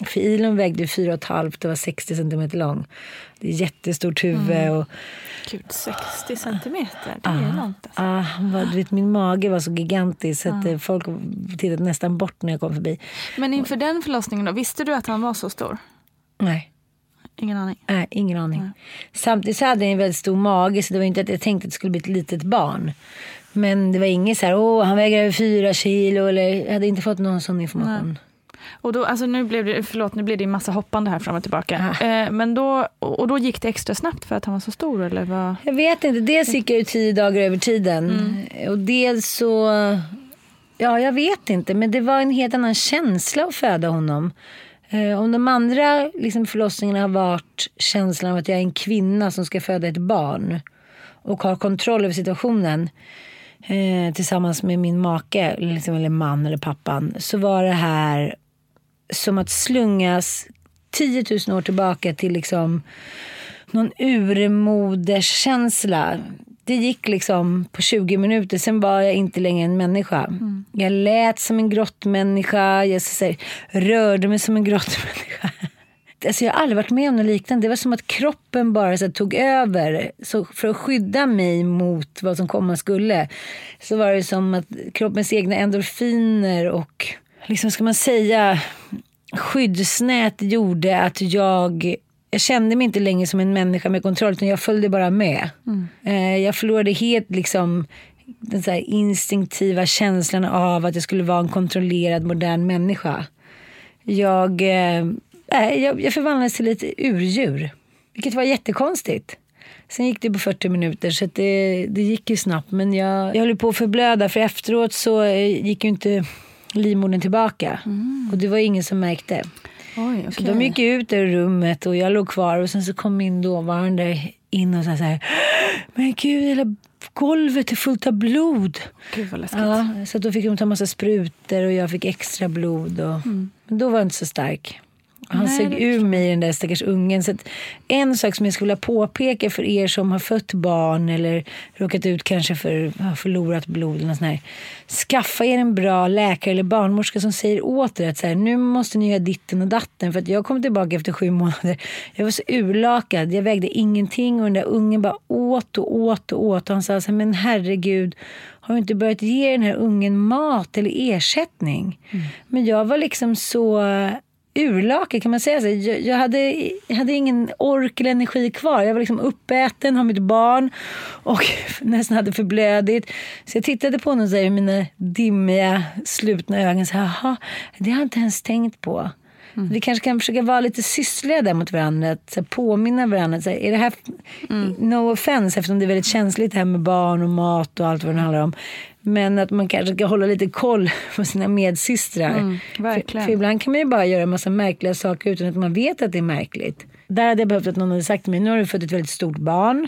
För Ilon vägde fyra och ett halvt och var sextio centimeter lång. Det är jättestort huvud. Mm. Och... Gud, sextio centimeter, det är ah, långt. Alltså. Ah, var, du vet, min mage var så gigantisk så att ah. folk tittade nästan bort när jag kom förbi. Men inför den förlossningen då, visste du att han var så stor? Nej. Ingen aning? Nej, ingen aning. Nej. Samtidigt så hade jag en väldigt stor mage så det var inte att jag tänkte att det skulle bli ett litet barn. Men det var inget så här, åh han väger över fyra kilo eller jag hade inte fått någon sån information. Nej. Och då, alltså nu blev det, förlåt, nu blev det en massa hoppande här fram och tillbaka. Ah. Eh, men då, och då gick det extra snabbt för att han var så stor eller vad? Jag vet inte, dels gick jag ju tio dagar över tiden. Mm. Och dels så, ja jag vet inte, men det var en helt annan känsla att föda honom. Eh, om de andra liksom, förlossningarna har varit känslan av att jag är en kvinna som ska föda ett barn och har kontroll över situationen eh, tillsammans med min make liksom, eller man eller pappan, så var det här som att slungas tio tusen år tillbaka till liksom någon urmoderskänsla. Det gick liksom på tjugo minuter, sen var jag inte längre en människa. Mm. Jag lät som en grottmänniska, jag så säga, rörde mig som en grottmänniska. Alltså jag har aldrig varit med om något liknande. Det var som att kroppen bara så tog över. Så för att skydda mig mot vad som komma skulle, så var det som att kroppens egna endorfiner och liksom ska man säga skyddsnät gjorde att jag jag kände mig inte längre som en människa med kontroll, utan jag följde bara med. Mm. Jag förlorade helt liksom den så här instinktiva känslan av att jag skulle vara en kontrollerad modern människa. Jag, äh, jag, jag förvandlades till ett urdjur, vilket var jättekonstigt. Sen gick det på fyrtio minuter så att det, det gick ju snabbt, men jag, jag höll på att förblöda för efteråt så gick ju inte livmodern tillbaka. Mm. Och det var ingen som märkte. Oj, okay. Så de gick ut ur rummet och jag låg kvar och sen så kom min dåvarande in och sa så här: men gud, hela golvet är fullt av blod. Gud vad läskigt. Ja, så då fick de ta massa sprutor och jag fick extra blod. Och, mm. Men då var jag inte så stark. Han Nej, sög ur mig den där stackars ungen. Så att en sak som jag skulle vilja påpeka för er som har fött barn eller råkat ut kanske för ja, förlorat blod eller sån här. Skaffa er en bra läkare eller barnmorska som säger åt er att så här, nu måste ni göra ditten och datten. För att jag kom tillbaka efter sju månader. Jag var så urlakad. Jag vägde ingenting och den där ungen bara åt och åt och åt. Och han sa så här, men herregud, har du inte börjat ge den här ungen mat eller ersättning? Mm. Men jag var liksom så urlake, kan man säga så. Jag, jag, hade, jag hade ingen ork eller energi kvar. Jag var liksom uppäten, har mitt barn och nästan hade förblödigt. Så jag tittade på honom och sa, mina dimmiga, slutna ögon så här, jaha, det har jag inte ens tänkt på. Mm. Vi kanske kan försöka vara lite syssliga där mot varandra, att så här, påminna varandra. Så här, är det här mm. no offense, eftersom det är väldigt känsligt här med barn och mat och allt vad det handlar om. Men att man kanske ska hålla lite koll på sina medsystrar. Mm, verkligen. För, för ibland kan man ju bara göra en massa märkliga saker utan att man vet att det är märkligt. Där hade jag behövt att någon hade sagt till mig, nu har du fått ett väldigt stort barn.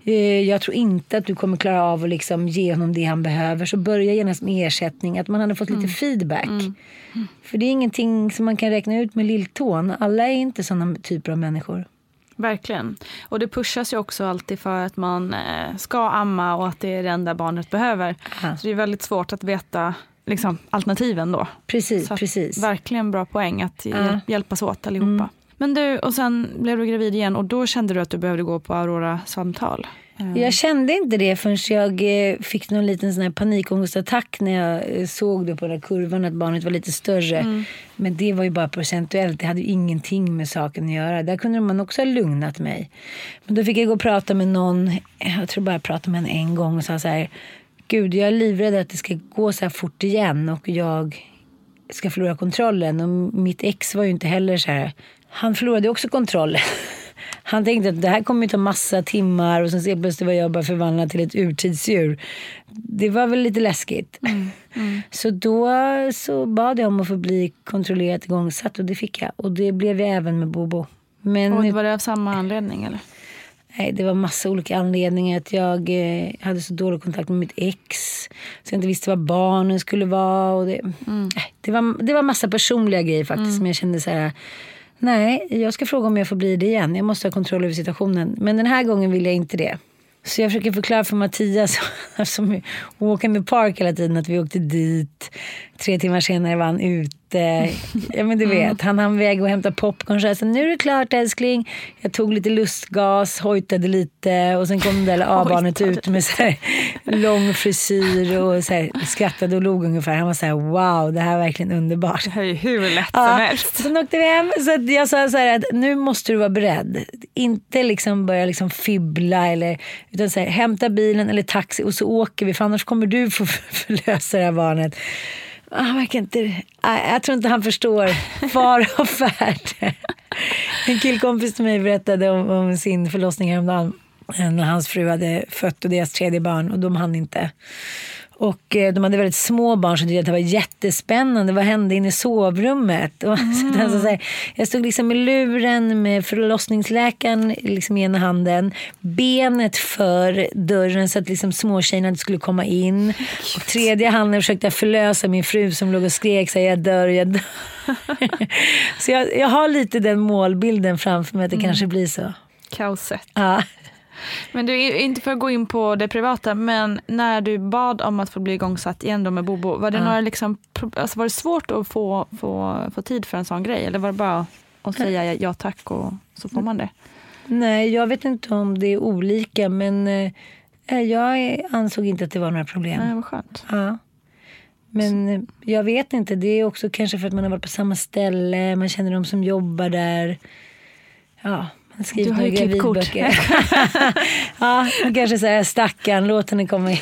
Jag tror inte att du kommer klara av att liksom ge honom det han behöver. Så börja genast med ersättning. Att man hade fått lite mm. feedback. Mm. Mm. För det är ingenting som man kan räkna ut med lilltån. Alla är inte sådana typer av människor. Verkligen. Och det pushas ju också alltid för att man ska amma och att det är det enda barnet behöver. Aha. Så det är väldigt svårt att veta liksom, alternativen då. Precis, så precis. Verkligen bra poäng att ja. hjälpas åt allihopa. Mm. Men du, och sen blev du gravid igen och då kände du att du behövde gå på Aurora-samtal? Jag kände inte det förrän jag fick någon liten sån här panikångestattack när jag såg det på den här kurvan att barnet var lite större. Mm. Men det var ju bara procentuellt. Det hade ju ingenting med saken att göra. Där kunde man också ha lugnat mig. Men då fick jag gå och prata med någon. Jag tror bara jag pratade med en en gång och sa så här: Gud, jag är livrädd att det ska gå så här fort igen och jag ska förlora kontrollen. Och mitt ex var ju inte heller så här. Han förlorade också kontrollen. Han tänkte att det här kommer att ta massa timmar och sen så plötsligt var jag bara förvandlad till ett urtidsdjur. Det var väl lite läskigt. Mm, mm. Så då så bad jag om att få bli kontrollerat igångsatt och det fick jag. Och det blev jag även med Bobo. Men och var det av samma anledning eller? Nej, det var massa olika anledningar. Att jag eh, hade så dålig kontakt med mitt ex. Så jag inte visste vad barnen skulle vara. Och det, mm. nej, det, var, det var massa personliga grejer faktiskt mm. som jag kände så här. Nej, jag ska fråga om jag får bli det igen. Jag måste ha kontroll över situationen. Men den här gången vill jag inte det. Så jag försöker förklara för Mattias som åker med park hela tiden att vi åkte dit. Tre timmar senare var han ute. jätte... Ja, men du vet, han hann väg och hämta popcorn. Så här, så nu är det klart, älskling. Jag tog lite lustgas, hojtade lite. Och sen kom det där A-barnet ut med så här lång frisyr och så här, skrattade och log ungefär. Han var så här, wow, det här är verkligen underbart. Det här är hur lätt ja, som helst. Sen åkte vi hem. Så att jag sa så här att nu måste du vara beredd. Inte liksom börja liksom fibbla eller, utan så här, hämta bilen eller taxi och så åker vi. För annars kommer du få förlösa det här barnet. Han verkar inte, jag tror inte han förstår far och färd. En killkompis till mig berättade om, om sin förlossning häromdagen när hans fru hade fött och deras tredje barn och de hann inte. Och de hade väldigt små barn så det var jättespännande. Vad hände inne i sovrummet? Och mm. så, så här, jag stod liksom i luren med förlossningsläkaren liksom i ena handen. Benet för dörren så att liksom småtjejerna inte skulle komma in. Och tredje handen försökte jag förlösa min fru som låg och skrek så här, jag dör, jag dör. Så jag, jag har lite den målbilden framför mig att det mm. kanske blir så. Kaoset. Ja. Men du, inte för att gå in på det privata, men när du bad om att få bli igångsatt igen då med Bobo, var det ja. några liksom, alltså var det svårt att få, få, få tid för en sån grej? Eller var det bara att säga ja tack och så får man det? Nej, jag vet inte om det är olika, men eh, jag ansåg inte att det var några problem. Nej, vad skönt. Ja. Men så. Jag vet inte, det är också kanske för att man har varit på samma ställe, man känner de som jobbar där. Ja. Du har ju klippkort. Ja, man kanske säger stackarn, låt henne komma in.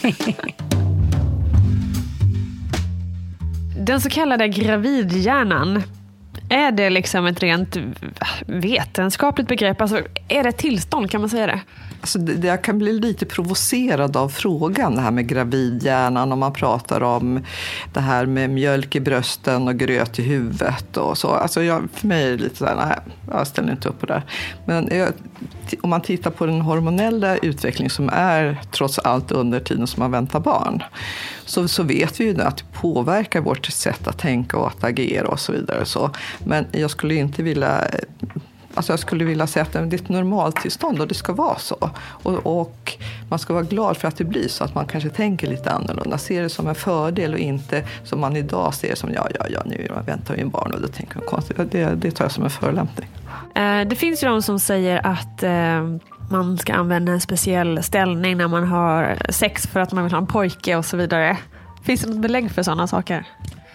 Den så kallade gravidhjärnan, är det liksom ett rent vetenskapligt begrepp? Alltså, är det ett tillstånd, kan man säga det? Alltså, det, jag kan bli lite provocerad av frågan, det här med gravidhjärnan, om man pratar om det här med mjölk i brösten och gröt i huvudet och så. Alltså jag, för mig är det lite så här, nej, jag ställer inte upp på det. Men jag, om man tittar på den hormonella utvecklingen som är trots allt under tiden som man väntar barn, så, så vet vi ju att det påverkar vårt sätt att tänka och att agera och så vidare. Så. Men jag skulle inte vilja... Alltså jag skulle vilja säga att det är ett normaltillstånd och det ska vara så. Och, och man ska vara glad för att det blir så, att man kanske tänker lite annorlunda. Ser det som en fördel och inte som man idag ser som ja, ja, ja, nu väntar vi en barn och det tänker jag konstigt. Det, det tar jag som en förolämpning. Det finns ju de som säger att man ska använda en speciell ställning när man har sex för att man vill ha en pojke och så vidare. Finns det något belägg för sådana saker?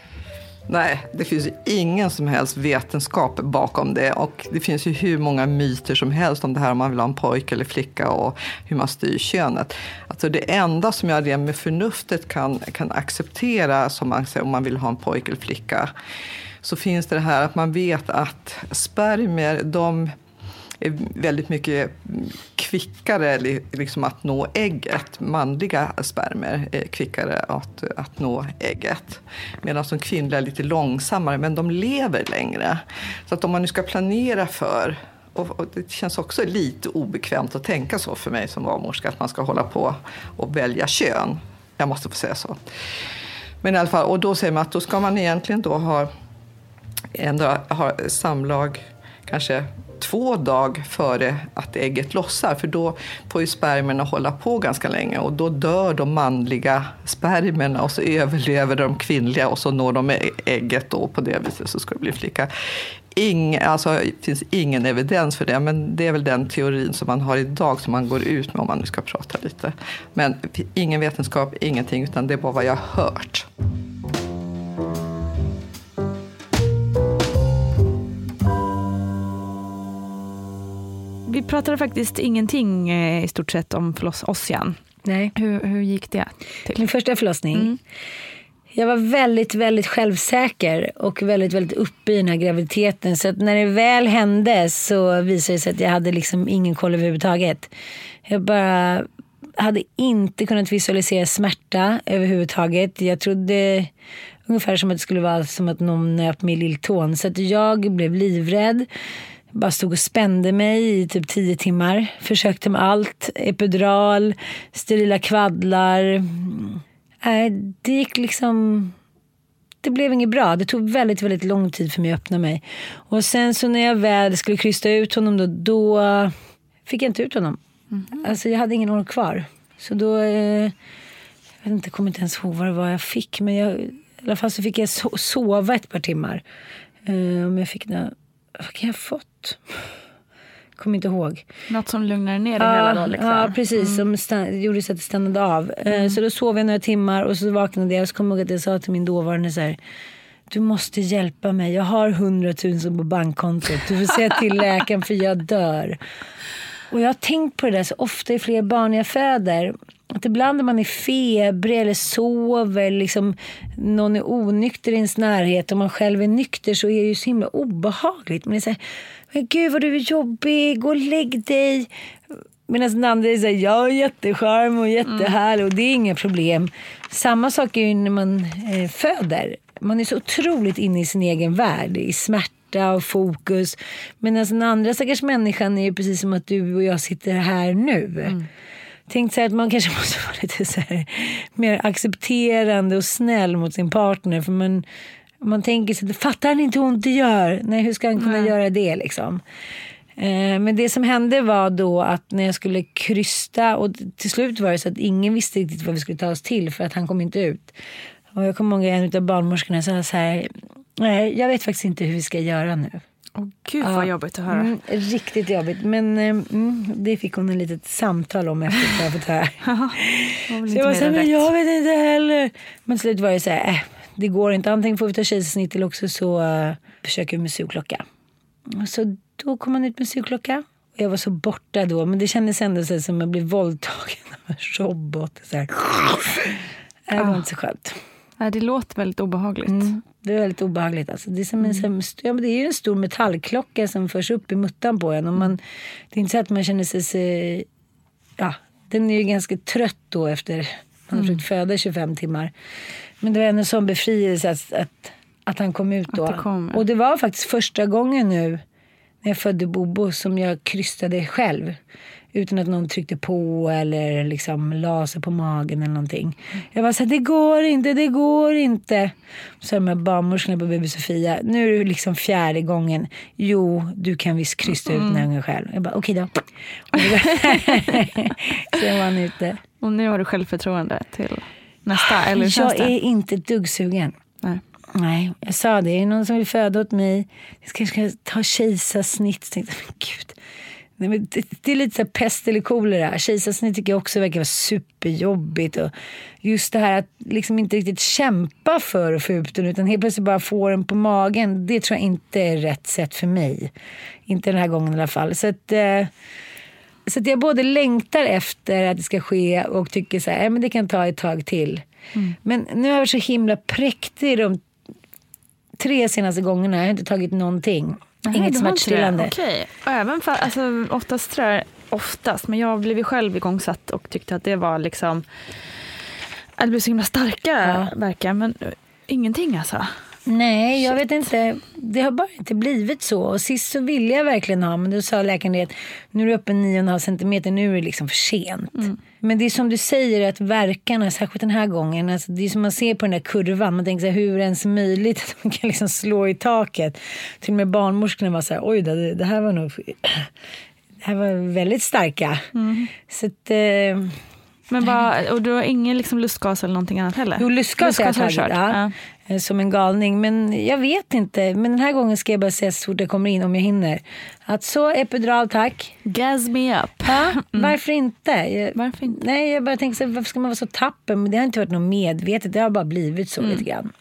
Nej, det finns ju ingen som helst vetenskap bakom det, och det finns ju hur många myter som helst om det här, om man vill ha en pojke eller flicka och hur man styr könet. Alltså det enda som jag redan med förnuftet kan, kan acceptera, som man säger, om man vill ha en pojke eller flicka, så finns det här att man vet att spermier, de är väldigt mycket kvickare liksom att nå ägget. Manliga spermier är kvickare att, att nå ägget. Medan de kvinnliga är lite långsammare, men de lever längre. Så att om man nu ska planera för, och, och det känns också lite obekvämt att tänka så för mig som barnmorska, att man ska hålla på och välja kön. Jag måste få säga så. Men i alla fall, och då säger man att då ska man egentligen då ha, ändå ha samlag kanske två dagar före att ägget lossar, för då får ju spermierna hålla på ganska länge och då dör de manliga spermierna och så överlever de kvinnliga och så når de ägget och på det viset så ska det bli flicka. Ingen, alltså, det finns ingen evidens för det, men det är väl den teorin som man har idag som man går ut med om man nu ska prata lite. Men ingen vetenskap, ingenting, utan det är bara vad jag har hört. Vi pratade faktiskt ingenting i stort sett om förloss Ossian. Nej. Hur, hur gick det till? Min första förlossning. Mm. Jag var väldigt, väldigt självsäker och väldigt, väldigt uppe i den här graviditeten. Så att när det väl hände så visade det sig att jag hade liksom ingen koll överhuvudtaget. Jag bara hade inte kunnat visualisera smärta överhuvudtaget. Jag trodde ungefär som att det skulle vara som att någon nöp mig i lilltån. Så att jag blev livrädd. Bara stod och spände mig i typ tio timmar. Försökte med allt. Epidural, sterila kvaddlar. Nej, det gick liksom... Det blev inget bra. Det tog väldigt, väldigt lång tid för mig att öppna mig. Och sen så när jag väl skulle krysta ut honom då, då fick jag inte ut honom. Mm-hmm. Alltså jag hade ingen år kvar. Så då... Eh, jag vet inte, kommer inte ens ihåg vad det var jag fick. Men jag I alla fall så fick jag so- sova ett par timmar. Uh, om jag fick några... Vad kan jag ha fått? Kommer inte ihåg. Något som lugnade ner det ja, hela då liksom. Ja, precis. Mm. Som stand, gjorde så att det stannade av. Mm. Uh, så då sov jag några timmar och så vaknade jag. Och så kom jag ihåg att jag sa till min dåvarande så här: du måste hjälpa mig. Jag har hundratusen på bankkontot. Du får säga till läkaren för jag dör. Och jag har tänkt på det där så ofta i fler barn jag föder. Att ibland när man är febrig eller sover, liksom, någon är onykter i ens närhet och man själv är nykter, så är det ju så himla obehagligt. Men det är så här, men gud vad du är jobbig, gå och lägg dig. Medan den andra är så här, jag är jättecharm och jättehärlig och det är inga problem. Samma sak är ju när man eh, föder. Man är så otroligt inne i sin egen värld, i smärta och fokus. Men alltså den andra stackars människan är ju precis som att du och jag sitter här nu. Mm. Tänk så här att man kanske måste vara lite så här mer accepterande och snäll mot sin partner. För man, man tänker så att fattar han inte hur ont det gör? Nej, hur ska han kunna Nej. göra det liksom? Eh, men det som hände var då att när jag skulle krysta, och till slut var det så att ingen visste riktigt vad vi skulle ta oss till för att han kom inte ut. Och jag kommer ihåg en av barnmorskorna sa så här: nej, jag vet faktiskt inte hur vi ska göra nu. Åh gud vad ja, jobbigt att höra. Mm, riktigt jobbigt. Men mm, det fick hon en litet samtal om efter att jag fått höra. Så jag var så här, men jag vet inte heller. Men till slut var det så här, äh, det går inte. Antingen får vi ta kejsarsnitt eller också så uh, försöker vi med sugklocka. Och så då kom han ut med sugklocka. Och jag var så borta då. Men det kändes ändå så som att jag blev våldtagen av en robot. Så här. Det var inte så skönt. Nej, det låter väldigt obehagligt. Mm, det är väldigt obehagligt. Alltså. Det, är som en, mm. ja, men det är ju en stor metallklocka som förs upp i muttan på en. Och man, det är inte så att man känner sig... Så, ja, den är ju ganska trött då efter man har mm. försökt föda tjugofem timmar. Men det var ändå sån befrielse att, att, att han kom ut då. Det kom. Och det var faktiskt första gången nu när jag födde Bobo som jag krystade själv. Utan att någon tryckte på eller liksom la sig på magen eller någonting. Jag var så här, det går inte, det går inte. Så de här barnmorskorna på B B Sofia, nu är det liksom fjärde gången. Jo, du kan visst krysta ut den här ungen själv. Jag bara, okej då. Så var han ute. Och nu har du självförtroende till nästa, eller jag är inte duggsugen. Nej. Nej, jag sa det. Är någon som vill föda åt mig? Jag ska, ska ta kejsarsnitt. Så tänkte jag, men gud. Nej, men det, det är lite så här pest eller kolera. Kejsarsnitt tycker jag också verkar vara superjobbigt. Och just det här att liksom inte riktigt kämpa för att få ut den, utan helt plötsligt bara få den på magen. Det tror jag inte är rätt sätt för mig. Inte den här gången i alla fall. Så att, eh, så att jag både längtar efter att det ska ske och tycker så här, eh, men det kan ta ett tag till. Mm. Men nu har jag varit så himla präktig de tre senaste gångerna. Jag har inte tagit någonting. Aha, inget smärtstillande. Okej. Och även för, alltså, oftast tror jag, oftast, men jag blev ju själv igångsatt och tyckte att det var liksom, att det blev så himla starka ja. verkar, men ingenting alltså. Nej, jag vet inte. Det har bara inte blivit så. Och sist så ville jag verkligen ha, men då sa läkaren att nu är det uppe nio komma fem centimeter, nu är det liksom för sent. Mm. Men det är som du säger att verkarna, särskilt den här gången, alltså det är som man ser på den där kurvan, man tänker så här, hur är det ens möjligt att man kan liksom slå i taket. Till och med barnmorskorna var så här, oj det, det här var nog, det här var väldigt starka. Mm. Så att... Eh, men bara, och du har ingen liksom lustgas eller någonting annat heller? Jo, lustgas, lustgas har jag tagit, ja. Ja. Som en galning. Men jag vet inte. Men den här gången ska jag bara säga så fort jag kommer in, om jag hinner. Att så, epidural, tack. Gas me up. Ja, mm. Varför inte? Jag, varför inte? Nej, jag bara tänker så, varför ska man vara så tapper? Men det har inte varit något medvetet. Det har bara blivit så mm. lite grann.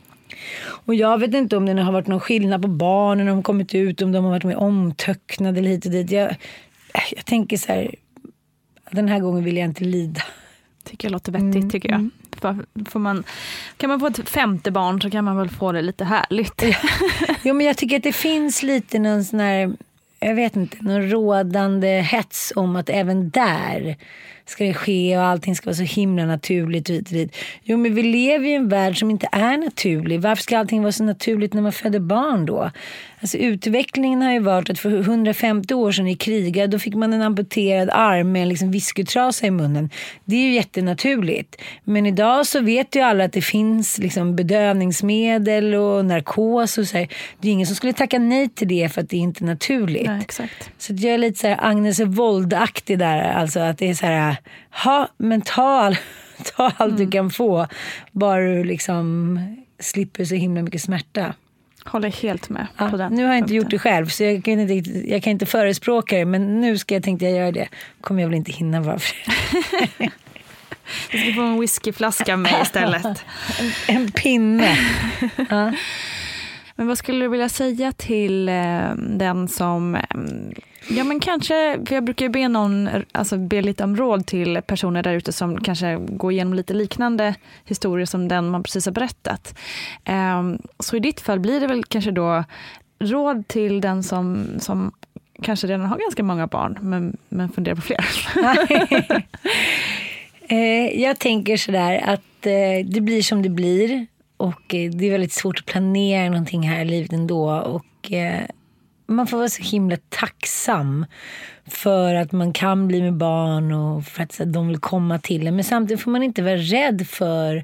Och jag vet inte om det har varit någon skillnad på barnen, om de kommit ut, om de har varit med omtöcknade eller hit och dit. Jag, jag tänker så här, den här gången vill jag inte lida. Tycker jag låter vettigt, mm. tycker jag. För, får man, kan man få ett femte barn så kan man väl få det lite härligt. Ja. Jo, men jag tycker att det finns lite någon sån här, jag vet inte, någon rådande hets om att även där ska det ske och allting ska vara så himla naturligt och dit. Jo, men vi lever i en värld som inte är naturlig. Varför ska allting vara så naturligt när man föder barn då? Alltså utvecklingen har ju varit att för hundrafemtio år sedan i kriget, då fick man en amputerad arm med en liksom viskutrasa i munnen. Det är ju jättenaturligt. Men idag så vet ju alla att det finns liksom bedövningsmedel och narkos och så här. Det är ingen som skulle tacka nej till det för att det är inte naturligt. Nej, exakt. Så jag är lite så här Agnes Wold-aktig där. Alltså att det är så här, ha, men ta, all, ta allt mm. du kan få. Bara du liksom slipper så himla mycket smärta. Håller helt med ja, på den Nu har jag inte punkten. gjort det själv, så jag kan inte, jag kan inte förespråka det, men nu ska jag tänkte jag göra det. Kommer jag väl inte hinna vara för Du ska få en whiskyflaska med istället. en, en pinne. Ja. Men vad skulle du vilja säga till eh, den som, eh, ja men kanske, för jag brukar ju be någon, alltså be lite om råd till personer där ute som kanske går igenom lite liknande historier som den man precis har berättat. Eh, så i ditt fall blir det väl kanske då råd till den som, som kanske redan har ganska många barn, men, men funderar på fler. eh, jag tänker sådär att eh, det blir som det blir. Och det är väldigt svårt att planera någonting här i livet ändå. Och eh, man får vara så himla tacksam för att man kan bli med barn och för att så, de vill komma till en. Men samtidigt får man inte vara rädd för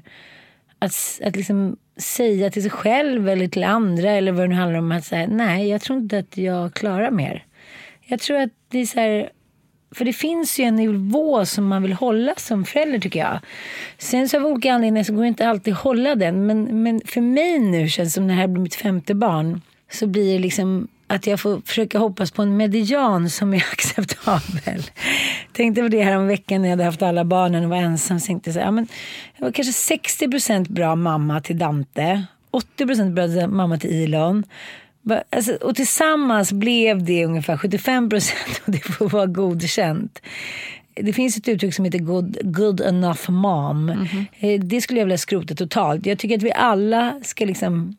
att, att liksom säga till sig själv eller till andra eller vad det nu handlar om. Att säga, nej, jag tror inte att jag klarar mer. Jag tror att det är så här... För det finns ju en nivå som man vill hålla som förälder, tycker jag. Sen så av olika anledningar så går det inte alltid hålla den. Men, men för mig nu, känns som det här blir mitt femte barn, så blir det liksom att jag får försöka hoppas på en median som är acceptabel. Tänkte på det här om veckan när jag hade haft alla barnen och var ensam. Så tänkte jag så här, ja, men jag var kanske sextio procent bra mamma till Dante. åttio procent bra mamma till Elon. Alltså, och tillsammans blev det ungefär sjuttiofem procent och det får vara godkänt. Det finns ett uttryck som heter good, good enough mom. Mm-hmm. Det skulle jag vilja skrota totalt. Jag tycker att vi alla ska liksom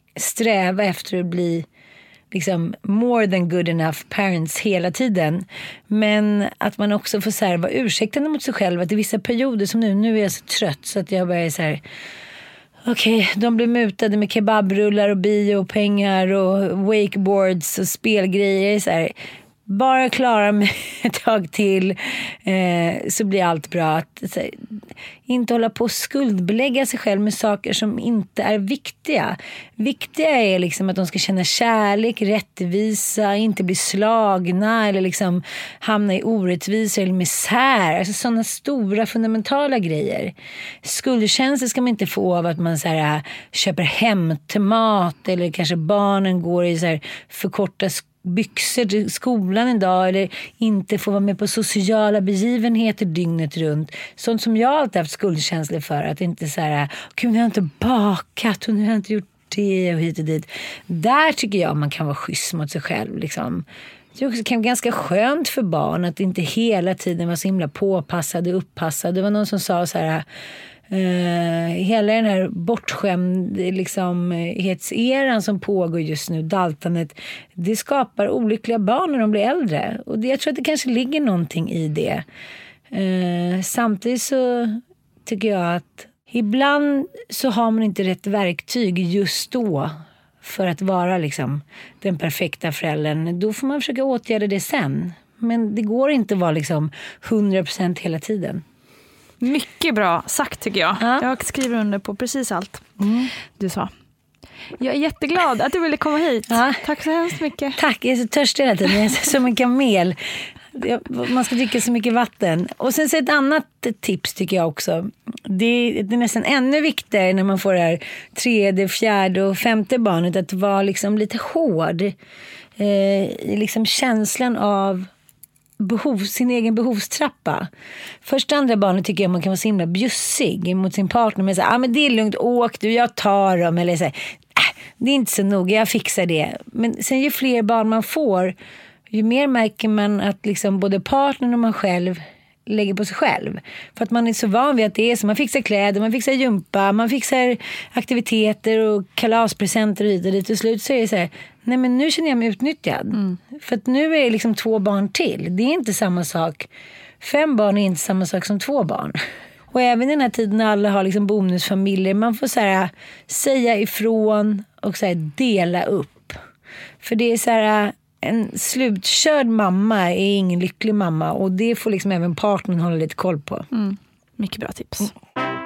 sträva efter att bli liksom more than good enough parents hela tiden. Men att man också får så här, vara ursäktande mot sig själv. Att i vissa perioder som nu, nu är jag så trött så att jag börjar så här... Okej, okay, de blir mutade med kebabrullar och biopengar och wakeboards och spelgrejer. Så här. Bara klara mig ett tag till eh, så blir allt bra. Att, så här, inte hålla på och skuldbelägga sig själv med saker som inte är viktiga. Viktiga är liksom att de ska känna kärlek, rättvisa, inte bli slagna eller liksom hamna i orättvisa eller misär. Alltså sådana stora fundamentala grejer. Skuldkänslor ska man inte få av att man så här, köper hem till mat eller kanske barnen går i så här förkorta byxor till skolan en dag eller inte få vara med på sociala begivenheter dygnet runt. Sånt som jag alltid haft skuldkänslor för. Att inte så här, gud, nu har jag inte bakat och nu har jag inte gjort det och hit och dit. Där tycker jag man kan vara schysst mot sig själv. Liksom. Det också kan vara ganska skönt för barn att inte hela tiden vara så himla påpassad och uppassad. Det var någon som sa så här... Uh, hela den här bortskämd liksom, hetseran som pågår just nu, daltanet, det skapar olyckliga barn när de blir äldre. Och det, jag tror att det kanske ligger någonting i det. Uh, samtidigt så tycker jag att ibland så har man inte rätt verktyg just då för att vara liksom, den perfekta föräldern. Då får man försöka åtgärda det sen. Men det går inte att vara liksom, hundra procent hela tiden. Mycket bra sagt tycker jag. Ja. Jag skriver under på precis allt mm. du sa. Jag är jätteglad att du ville komma hit. Ja. Tack så hemskt mycket. Tack, jag är så törstig hela tiden. Jag är som en kamel. Man ska dricka så mycket vatten. Och sen så ett annat tips tycker jag också. Det är, det är nästan ännu viktigare när man får det här tredje, fjärde och femte barnet att vara liksom lite hård. Eh, liksom känslan av behov, sin egen behovstrappa. Första andra barnet tycker jag man kan vara så himla bjussig mot sin partner med så här, ah, men det är lugnt, åk du, jag tar dem eller så här, äh, det är inte så noga, jag fixar det. Men sen ju fler barn man får, ju mer märker man att liksom både partnern och man själv lägger på sig själv. För att man är så van vid att det är så. Man fixar kläder, man fixar jumpa, man fixar aktiviteter och kalaspresenter och dit. Och till slut så är det så här, nej men nu känner jag mig utnyttjad. Mm. För att nu är det liksom två barn till. Det är inte samma sak. Fem barn är inte samma sak som två barn. Och även i den här tiden när alla har liksom bonusfamiljer, man får så här, säga ifrån och så här, dela upp. För det är så här, en slutkörd mamma är ingen lycklig mamma. Och det får liksom även partnern hålla lite koll på. Mm. Mycket bra tips. Mm.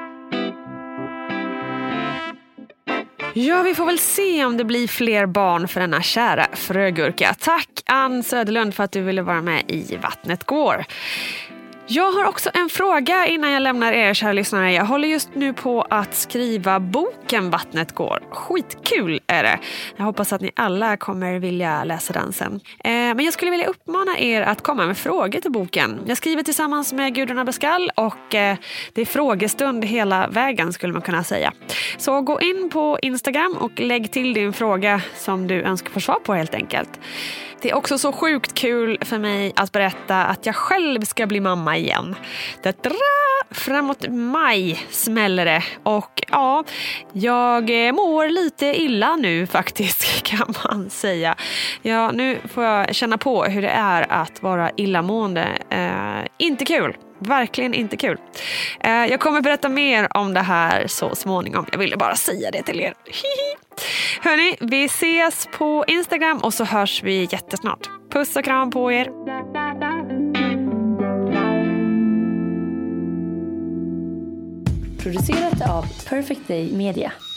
Ja, vi får väl se om det blir fler barn för denna kära frögurka. Tack Ann Söderlund för att du ville vara med i Vattnet går. Jag har också en fråga innan jag lämnar er, kära lyssnare. Jag håller just nu på att skriva boken Vattnet går. Skitkul är det. Jag hoppas att ni alla kommer vilja läsa den sen. Eh, men jag skulle vilja uppmana er att komma med frågor till boken. Jag skriver tillsammans med Gudrun Abascal och eh, det är frågestund hela vägen skulle man kunna säga. Så gå in på Instagram och lägg till din fråga som du önskar få svar på helt enkelt. Det är också så sjukt kul för mig att berätta att jag själv ska bli mamma igen. Dadra! Framåt maj smäller det. Och ja, jag mår lite illa nu faktiskt kan man säga. Ja, nu får jag känna på hur det är att vara illamående. Eh, inte kul. Verkligen inte kul. Eh, jag kommer berätta mer om det här så småningom. Jag ville bara säga det till er. Hörrni, vi ses på Instagram och så hörs vi jättesnart. Puss och kram på er. Producerat av Perfect Day Media.